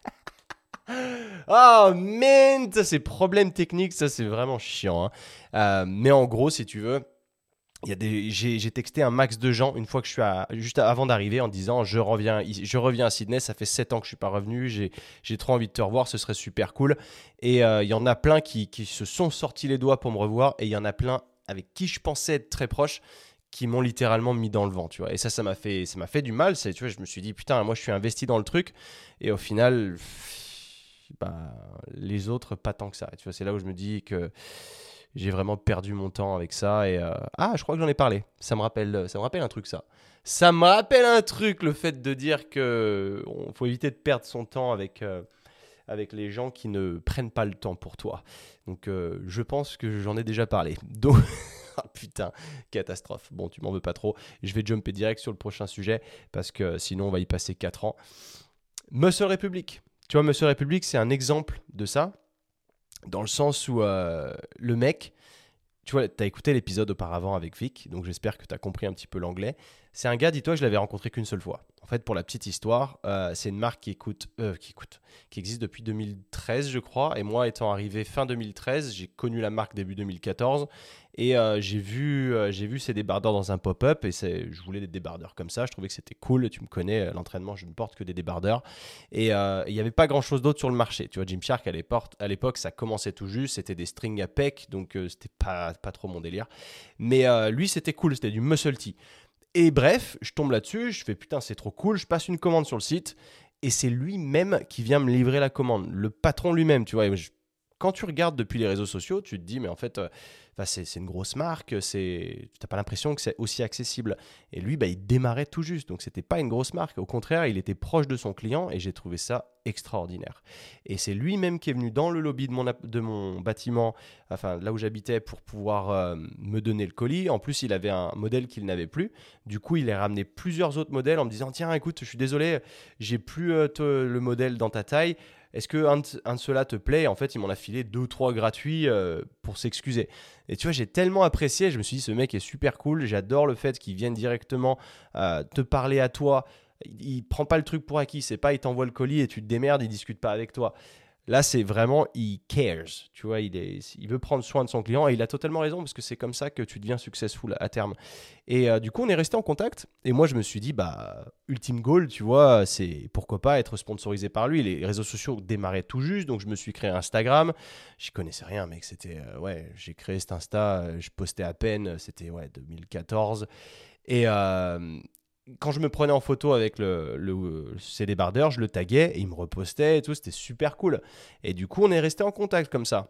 Oh, man, ça, c'est problème technique, ça, c'est vraiment chiant, hein. Euh, mais en gros, si tu veux... Il y a des, j'ai, j'ai texté un max de gens une fois que je suis à, juste avant d'arriver en disant je reviens, je reviens à Sydney, ça fait sept ans que je suis pas revenu, j'ai, j'ai trop envie de te revoir, ce serait super cool. Et euh, il y en a plein qui, qui se sont sortis les doigts pour me revoir et il y en a plein avec qui je pensais être très proche qui m'ont littéralement mis dans le vent, tu vois. Et ça, ça m'a fait, ça m'a fait du mal. C'est, tu vois, je me suis dit putain, moi je suis investi dans le truc et au final, pff, bah, les autres pas tant que ça. Et tu vois, c'est là où je me dis que j'ai vraiment perdu mon temps avec ça. Et euh, ah, je crois que j'en ai parlé. Ça me rappelle, ça me rappelle un truc, ça. Ça me rappelle un truc, le fait de dire que on- faut éviter de perdre son temps avec, euh, avec les gens qui ne prennent pas le temps pour toi. Donc, euh, je pense que j'en ai déjà parlé. Donc, ah putain, catastrophe. Bon, tu m'en veux pas trop. Je vais jumper direct sur le prochain sujet parce que sinon, on va y passer quatre ans. Muscle Republic. Tu vois, Muscle Republic, c'est un exemple de ça, dans le sens où euh, le mec, tu vois, tu as écouté l'épisode auparavant avec Vic, donc j'espère que tu as compris un petit peu l'anglais. C'est un gars, dis-toi, je l'avais rencontré qu'une seule fois. En fait, pour la petite histoire, euh, c'est une marque qui écoute, euh, qui écoute, qui existe depuis deux mille treize, je crois. Et moi, étant arrivé fin deux mille treize, j'ai connu la marque début deux mille quatorze. Et euh, j'ai vu, euh, j'ai vu ces débardeurs dans un pop-up. Et c'est, je voulais des débardeurs comme ça. Je trouvais que c'était cool. Tu me connais, l'entraînement, je ne porte que des débardeurs. Et euh, il n'y avait pas grand-chose d'autre sur le marché. Tu vois, Gymshark, à l'époque, à l'époque, ça commençait tout juste. C'était des strings à pec. Donc, euh, c'était pas, pas trop mon délire. Mais euh, lui, c'était cool. C'était du muscle tee. Et bref, je tombe là-dessus, je fais putain, c'est trop cool, je passe une commande sur le site et c'est lui-même qui vient me livrer la commande, le patron lui-même, tu vois. Et je- quand tu regardes depuis les réseaux sociaux, tu te dis, mais en fait, euh, enfin, c'est, c'est une grosse marque, c'est, tu n'as pas l'impression que c'est aussi accessible. Et lui, bah, il démarrait tout juste, donc c'était pas une grosse marque. Au contraire, il était proche de son client et j'ai trouvé ça extraordinaire. Et c'est lui-même qui est venu dans le lobby de mon, app- de mon bâtiment, enfin là où j'habitais, pour pouvoir euh, me donner le colis. En plus, il avait un modèle qu'il n'avait plus. Du coup, il a ramené plusieurs autres modèles en me disant, tiens, écoute, je suis désolé, j'ai plus euh, te- le modèle dans ta taille. Est-ce que un de, un de ceux-là te plaît? En fait, il m'en a filé deux ou trois gratuits euh, pour s'excuser. Et tu vois, j'ai tellement apprécié. Je me suis dit, ce mec est super cool. J'adore le fait qu'il vienne directement euh, te parler à toi. Il, il prend pas le truc pour acquis. C'est pas, il t'envoie le colis et tu te démerdes. Il discute pas avec toi. Là, c'est vraiment, il cares. Tu vois, il, est, il veut prendre soin de son client et il a totalement raison parce que c'est comme ça que tu deviens successful à terme. Et euh, du coup, on est resté en contact. Et moi, je me suis dit, bah, ultime goal, tu vois, c'est pourquoi pas être sponsorisé par lui. Les réseaux sociaux démarraient tout juste, donc je me suis créé Instagram. J'y connaissais rien, mec. C'était, euh, ouais, j'ai créé cet Insta, euh, je postais à peine, c'était, ouais, deux mille quatorze. Et euh, quand je me prenais en photo avec le, le, ces débardeurs, je le taguais et il me repostait et tout. C'était super cool. Et du coup, on est resté en contact comme ça.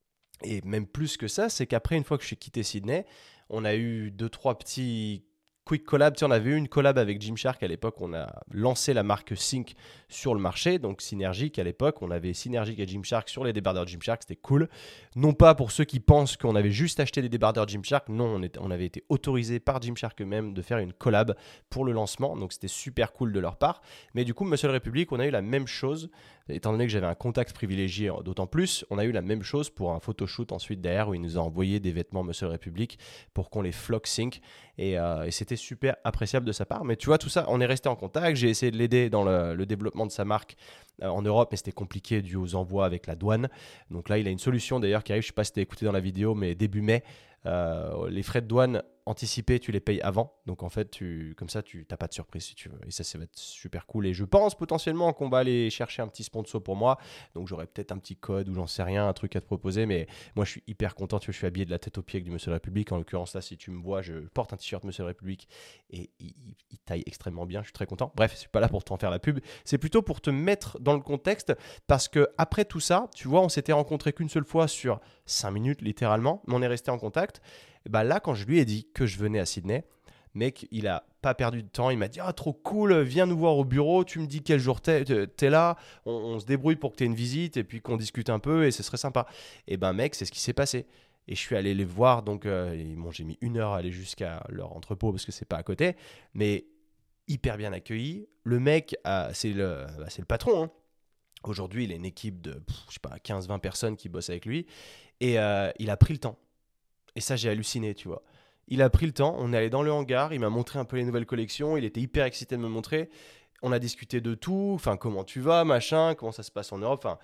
Et même plus que ça, c'est qu'après, une fois que je suis quitté Sydney, on a eu deux, trois petits quick collabs. Tu sais, on avait eu une collab avec Gymshark à l'époque. On a lancé la marque Sync sur le marché, donc Synergique à l'époque. On avait Synergique et Gymshark sur les débardeurs Gymshark. C'était cool. Non pas pour ceux qui pensent qu'on avait juste acheté des débardeurs Gymshark. Non, on, était, on avait été autorisé par Gymshark eux-mêmes de faire une collab pour le lancement. Donc c'était super cool de leur part. Mais du coup, Muscle Republic, on a eu la même chose. Étant donné que j'avais un contact privilégié, d'autant plus, on a eu la même chose pour un photoshoot ensuite derrière où il nous a envoyé des vêtements Muscle Republic pour qu'on les flock sync et, euh, et c'était super appréciable de sa part. Mais tu vois, tout ça, on est resté en contact. J'ai essayé de l'aider dans le, le développement de sa marque euh, en Europe, mais c'était compliqué dû aux envois avec la douane. Donc là, il a une solution d'ailleurs qui arrive. Je ne sais pas si tu as écouté dans la vidéo, mais début mai, euh, les frais de douane anticipés, tu les payes avant. Donc en fait, tu, comme ça, tu n'as pas de surprise si tu veux. Et ça, ça va être super cool. Et je pense potentiellement qu'on va aller chercher un petit sponsor pour moi. Donc j'aurai peut-être un petit code ou j'en sais rien, un truc à te proposer. Mais moi, je suis hyper content. Tu vois, je suis habillé de la tête aux pieds avec du Muscle Republic. En l'occurrence, là, si tu me vois, je porte un t-shirt Muscle Republic et il, il- il taille extrêmement bien. Je suis très content. Bref, je suis pas là pour t'en faire la pub. C'est plutôt pour te mettre dans le contexte parce que après tout ça, tu vois, on s'était rencontrés qu'une seule fois sur cinq minutes littéralement, mais on est resté en contact. Et bah là, quand je lui ai dit que je venais à Sydney, mec, il a pas perdu de temps. Il m'a dit ah trop cool, viens nous voir au bureau. Tu me dis quel jour t'es, t'es là. On, on se débrouille pour que t'aies une visite et puis qu'on discute un peu et ce serait sympa. Et ben mec, c'est ce qui s'est passé. Et je suis allé les voir. Donc euh, ils m'ont- j'ai mis une heure à aller jusqu'à leur entrepôt parce que c'est pas à côté, mais hyper bien accueilli. Le mec, euh, c'est le, bah, c'est le patron, hein. Aujourd'hui, il a une équipe de pff, je sais pas quinze vingt personnes qui bossent avec lui et euh, il a pris le temps. Et ça, j'ai halluciné, tu vois. Il a pris le temps, on est allé dans le hangar, il m'a montré un peu les nouvelles collections, il était hyper excité de me montrer. On a discuté de tout, enfin comment tu vas, machin, comment ça se passe en Europe. Enfin,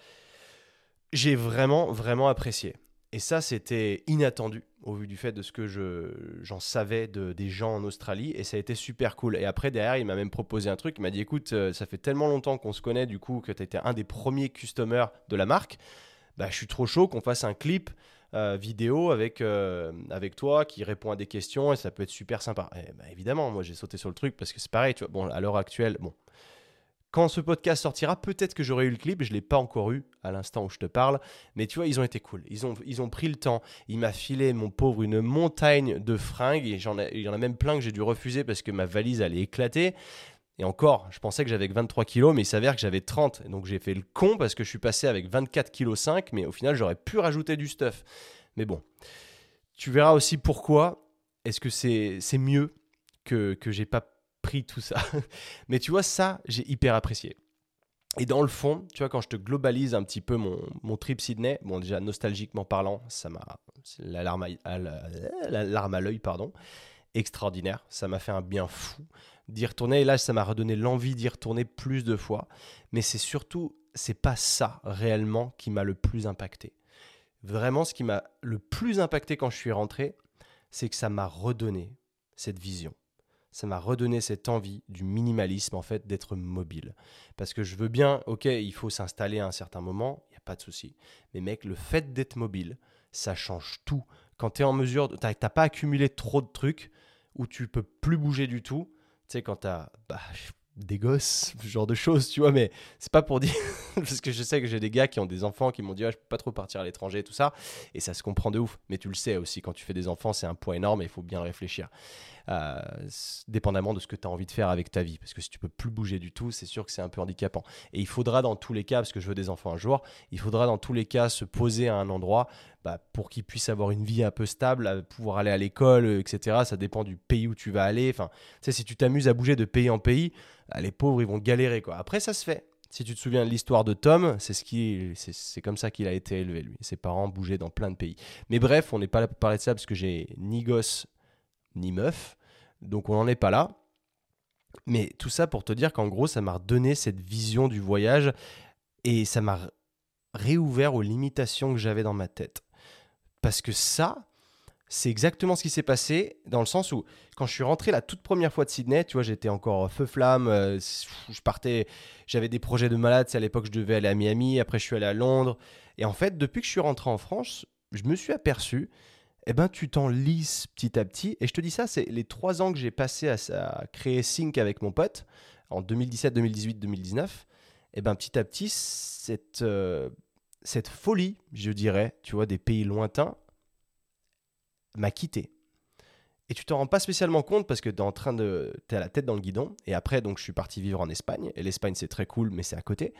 j'ai vraiment, vraiment apprécié. Et ça, c'était inattendu au vu du fait de ce que je, j'en savais de, des gens en Australie. Et ça a été super cool. Et après, derrière, il m'a même proposé un truc. Il m'a dit, écoute, euh, ça fait tellement longtemps qu'on se connaît, du coup, que tu étais un des premiers customers de la marque. Bah, je suis trop chaud qu'on fasse un clip euh, vidéo avec, euh, avec toi qui répond à des questions et ça peut être super sympa. Et bah, évidemment, moi j'ai sauté sur le truc parce que c'est pareil, tu vois. Bon, à l'heure actuelle, bon, Quand ce podcast sortira, peut-être que j'aurai eu le clip. Je ne l'ai pas encore eu à l'instant où je te parle. Mais tu vois, ils ont été cool. Ils ont, ils ont pris le temps. Il m'a filé, mon pauvre, une montagne de fringues. Et j'en ai, il y en a même plein que j'ai dû refuser parce que ma valise allait éclater. Et encore, je pensais que j'avais que vingt-trois kilos, mais il s'avère que j'avais trente. Donc j'ai fait le con parce que je suis passé avec vingt-quatre virgule cinq kilos. Mais au final, j'aurais pu rajouter du stuff. Mais bon, tu verras aussi pourquoi. Est-ce que c'est, c'est mieux que, que j'ai pas pris tout ça. Mais tu vois, ça, j'ai hyper apprécié. Et dans le fond, tu vois, quand je te globalise un petit peu mon, mon trip Sydney, bon, déjà, nostalgiquement parlant, ça m'a... c'est la larme à, la, la larme à l'œil, pardon, extraordinaire. Ça m'a fait un bien fou d'y retourner. Et là, ça m'a redonné l'envie d'y retourner plus de fois. Mais c'est surtout, c'est pas ça, réellement, qui m'a le plus impacté. Vraiment, ce qui m'a le plus impacté quand je suis rentré, c'est que ça m'a redonné cette vision. Ça m'a redonné cette envie du minimalisme, en fait, d'être mobile. Parce que je veux bien, ok, il faut s'installer à un certain moment, il n'y a pas de souci. Mais mec, le fait d'être mobile, ça change tout. Quand tu es en mesure, tu n'as pas accumulé trop de trucs où tu peux plus bouger du tout. Tu sais, quand tu as bah, des gosses, ce genre de choses, tu vois, mais c'est pas pour dire... Parce que je sais que j'ai des gars qui ont des enfants qui m'ont dit ah, je peux pas trop partir à l'étranger, tout ça. Et ça se comprend de ouf. Mais tu le sais aussi, quand tu fais des enfants, c'est un poids énorme et il faut bien réfléchir. Euh, dépendamment de ce que tu as envie de faire avec ta vie. Parce que si tu peux plus bouger du tout, c'est sûr que c'est un peu handicapant. Et il faudra dans tous les cas, parce que je veux des enfants un jour, il faudra dans tous les cas se poser à un endroit bah, pour qu'ils puissent avoir une vie un peu stable, pouvoir aller à l'école, et cetera. Ça dépend du pays où tu vas aller. Enfin, tu sais, si tu t'amuses à bouger de pays en pays, bah, les pauvres, ils vont galérer, quoi. Après, ça se fait. Si tu te souviens de l'histoire de Tom, c'est, ce qui, c'est, c'est comme ça qu'il a été élevé, lui. Ses parents bougeaient dans plein de pays. Mais bref, on n'est pas là pour parler de ça parce que j'ai ni gosse ni meuf. Donc on n'en est pas là. Mais tout ça pour te dire qu'en gros, ça m'a redonné cette vision du voyage et ça m'a réouvert aux limitations que j'avais dans ma tête. Parce que ça, c'est exactement ce qui s'est passé dans le sens où quand je suis rentré la toute première fois de Sydney, tu vois, j'étais encore feu flamme, euh, je partais, j'avais des projets de malade, c'est à l'époque je devais aller à Miami, après je suis allé à Londres. Et en fait, depuis que je suis rentré en France, je me suis aperçu eh ben, tu t'enlises petit à petit. Et je te dis ça, c'est les trois ans que j'ai passé à, à créer Sync avec mon pote, en deux mille dix-sept, deux mille dix-huit, deux mille dix-neuf. Eh ben, petit à petit, cette, euh, cette folie, je dirais, tu vois, des pays lointains, m'a quitté. Et tu t'en rends pas spécialement compte parce que t'es en train de, t'es à la tête dans le guidon. Et après, donc, je suis parti vivre en Espagne. Et l'Espagne, c'est très cool, mais c'est à côté.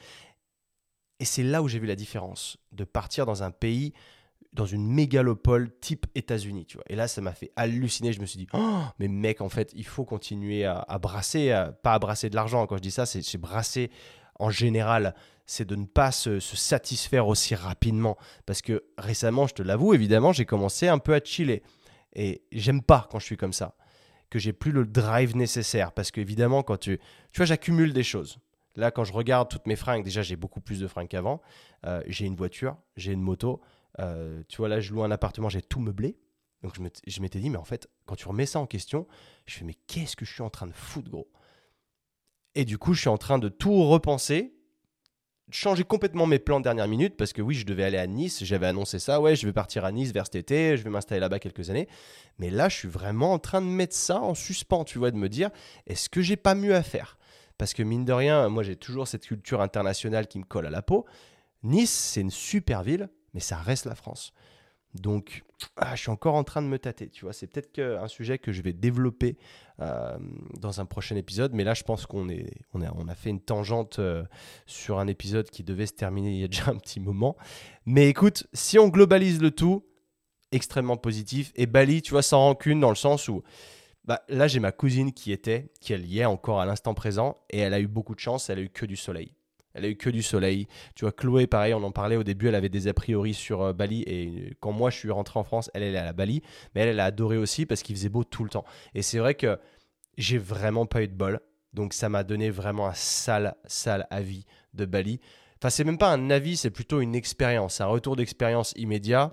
Et c'est là où j'ai vu la différence de partir dans un pays dans une mégalopole type États-Unis, tu vois. Et là, ça m'a fait halluciner. Je me suis dit, oh, mais mec, en fait, il faut continuer à, à brasser, à, pas à brasser de l'argent. Quand je dis ça, c'est, c'est brasser en général. C'est de ne pas se, se satisfaire aussi rapidement. Parce que récemment, je te l'avoue, évidemment, j'ai commencé un peu à chiller. Et j'aime pas quand je suis comme ça, que j'ai plus le drive nécessaire. Parce qu'évidemment, quand tu... Tu vois, j'accumule des choses. Là, quand je regarde toutes mes fringues, déjà, j'ai beaucoup plus de fringues qu'avant. Euh, j'ai une voiture, j'ai une moto. Euh, tu vois, là, je loue un appartement, j'ai tout meublé. Donc, je, me, je m'étais dit, mais en fait, quand tu remets ça en question, je fais, mais qu'est-ce que je suis en train de foutre, gros? Et du coup, je suis en train de tout repenser, changer complètement mes plans de dernière minute, parce que oui, je devais aller à Nice, j'avais annoncé ça, ouais, je vais partir à Nice vers cet été, je vais m'installer là-bas quelques années. Mais là, je suis vraiment en train de mettre ça en suspens, tu vois, de me dire, est-ce que j'ai pas mieux à faire? Parce que mine de rien, moi, j'ai toujours cette culture internationale qui me colle à la peau. Nice, c'est une super ville, mais ça reste la France. Donc, ah, je suis encore en train de me tâter, tu vois. C'est peut-être que, un sujet que je vais développer euh, dans un prochain épisode, mais là, je pense qu'on est, on a, on a fait une tangente euh, sur un épisode qui devait se terminer il y a déjà un petit moment. Mais écoute, si on globalise le tout, extrêmement positif. Et Bali, tu vois, sans rancune, dans le sens où, bah, là, j'ai ma cousine qui était, qui elle y est encore à l'instant présent, et elle a eu beaucoup de chance, elle a eu que du soleil. Elle a eu que du soleil. Tu vois, Chloé, pareil, on en parlait au début, elle avait des a priori sur euh, Bali. Et quand moi, je suis rentré en France, elle, elle est à la Bali. Mais elle, elle a adoré aussi parce qu'il faisait beau tout le temps. Et c'est vrai que j'ai vraiment pas eu de bol. Donc, ça m'a donné vraiment un sale, sale avis de Bali. Enfin, c'est même pas un avis, c'est plutôt une expérience. Un retour d'expérience immédiat.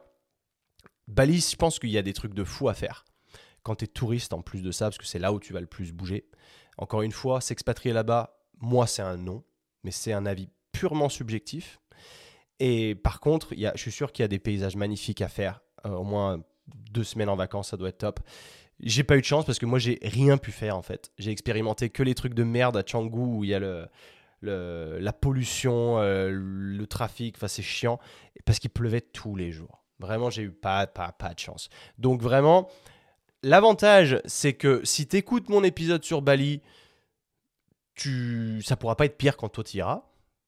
Bali, je pense qu'il y a des trucs de fou à faire. Quand tu es touriste, en plus de ça, parce que c'est là où tu vas le plus bouger. Encore une fois, s'expatrier là-bas, moi, c'est un non. Mais c'est un avis purement subjectif. Et par contre, il y a, je suis sûr qu'il y a des paysages magnifiques à faire. Euh, au moins deux semaines en vacances, ça doit être top. J'ai pas eu de chance parce que moi, j'ai rien pu faire en fait. J'ai expérimenté que les trucs de merde à Canggu où il y a le, le, la pollution, euh, le trafic, enfin c'est chiant, parce qu'il pleuvait tous les jours. Vraiment, j'ai eu pas, pas, pas de chance. Donc vraiment, l'avantage, c'est que si tu écoutes mon épisode sur Bali, tu... ça pourra pas être pire quand toi tu iras.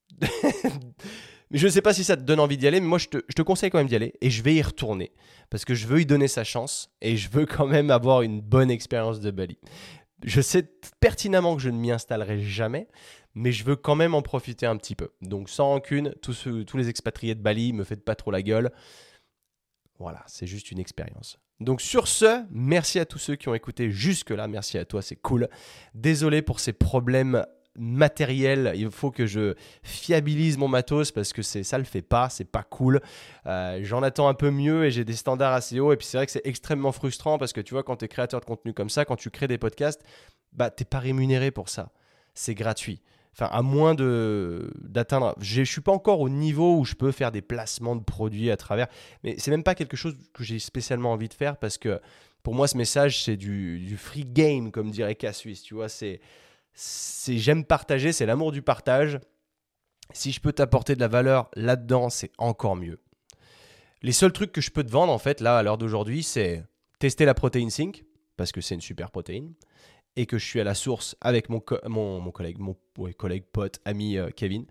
Mais je ne sais pas si ça te donne envie d'y aller, mais moi je te, je te conseille quand même d'y aller et je vais y retourner parce que je veux y donner sa chance et je veux quand même avoir une bonne expérience de Bali. Je sais pertinemment que je ne m'y installerai jamais, mais je veux quand même en profiter un petit peu. Donc sans rancune, tous, ceux, tous les expatriés de Bali, me faites pas trop la gueule. Voilà, c'est juste une expérience. Donc sur ce, merci à tous ceux qui ont écouté jusque-là. Merci à toi, c'est cool. Désolé pour ces problèmes matériels. Il faut que je fiabilise mon matos parce que c'est, ça le fait pas, c'est pas cool. Euh, j'en attends un peu mieux et j'ai des standards assez hauts. Et puis c'est vrai que c'est extrêmement frustrant parce que tu vois, quand tu es créateur de contenu comme ça, quand tu crées des podcasts, bah, tu n'es pas rémunéré pour ça. C'est gratuit. Enfin, à moins de, d'atteindre... Je ne suis pas encore au niveau où je peux faire des placements de produits à travers. Mais c'est même pas quelque chose que j'ai spécialement envie de faire parce que pour moi, ce message, c'est du, du free game, comme dirait K-Suisse. Tu vois, c'est, c'est... J'aime partager, c'est l'amour du partage. Si je peux t'apporter de la valeur là-dedans, c'est encore mieux. Les seuls trucs que je peux te vendre, en fait, là, à l'heure d'aujourd'hui, c'est tester la protéine Sync, parce que c'est une super protéine, et que je suis à la source avec mon, co- mon, mon collègue, mon ouais, collègue, pote, ami euh, Kevin.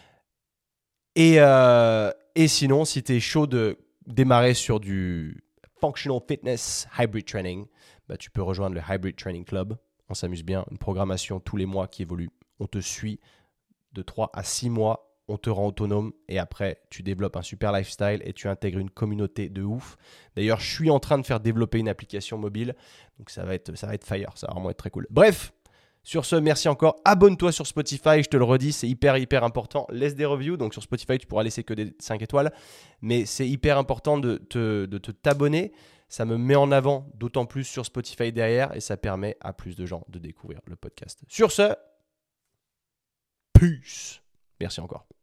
Et, euh, et sinon, si tu es chaud de démarrer sur du Functional Fitness Hybrid Training, bah, tu peux rejoindre le Hybrid Training Club. On s'amuse bien, une programmation tous les mois qui évolue. On te suit de trois à six mois. On te rend autonome et après, tu développes un super lifestyle et tu intègres une communauté de ouf. D'ailleurs, je suis en train de faire développer une application mobile. Donc, ça va être, ça va être fire. Ça va vraiment être très cool. Bref, sur ce, merci encore. Abonne-toi sur Spotify. Je te le redis, c'est hyper, hyper important. Laisse des reviews. Donc, sur Spotify, tu pourras laisser que des cinq étoiles. Mais c'est hyper important de te, de te t'abonner. Ça me met en avant d'autant plus sur Spotify derrière et ça permet à plus de gens de découvrir le podcast. Sur ce, peace. Merci encore.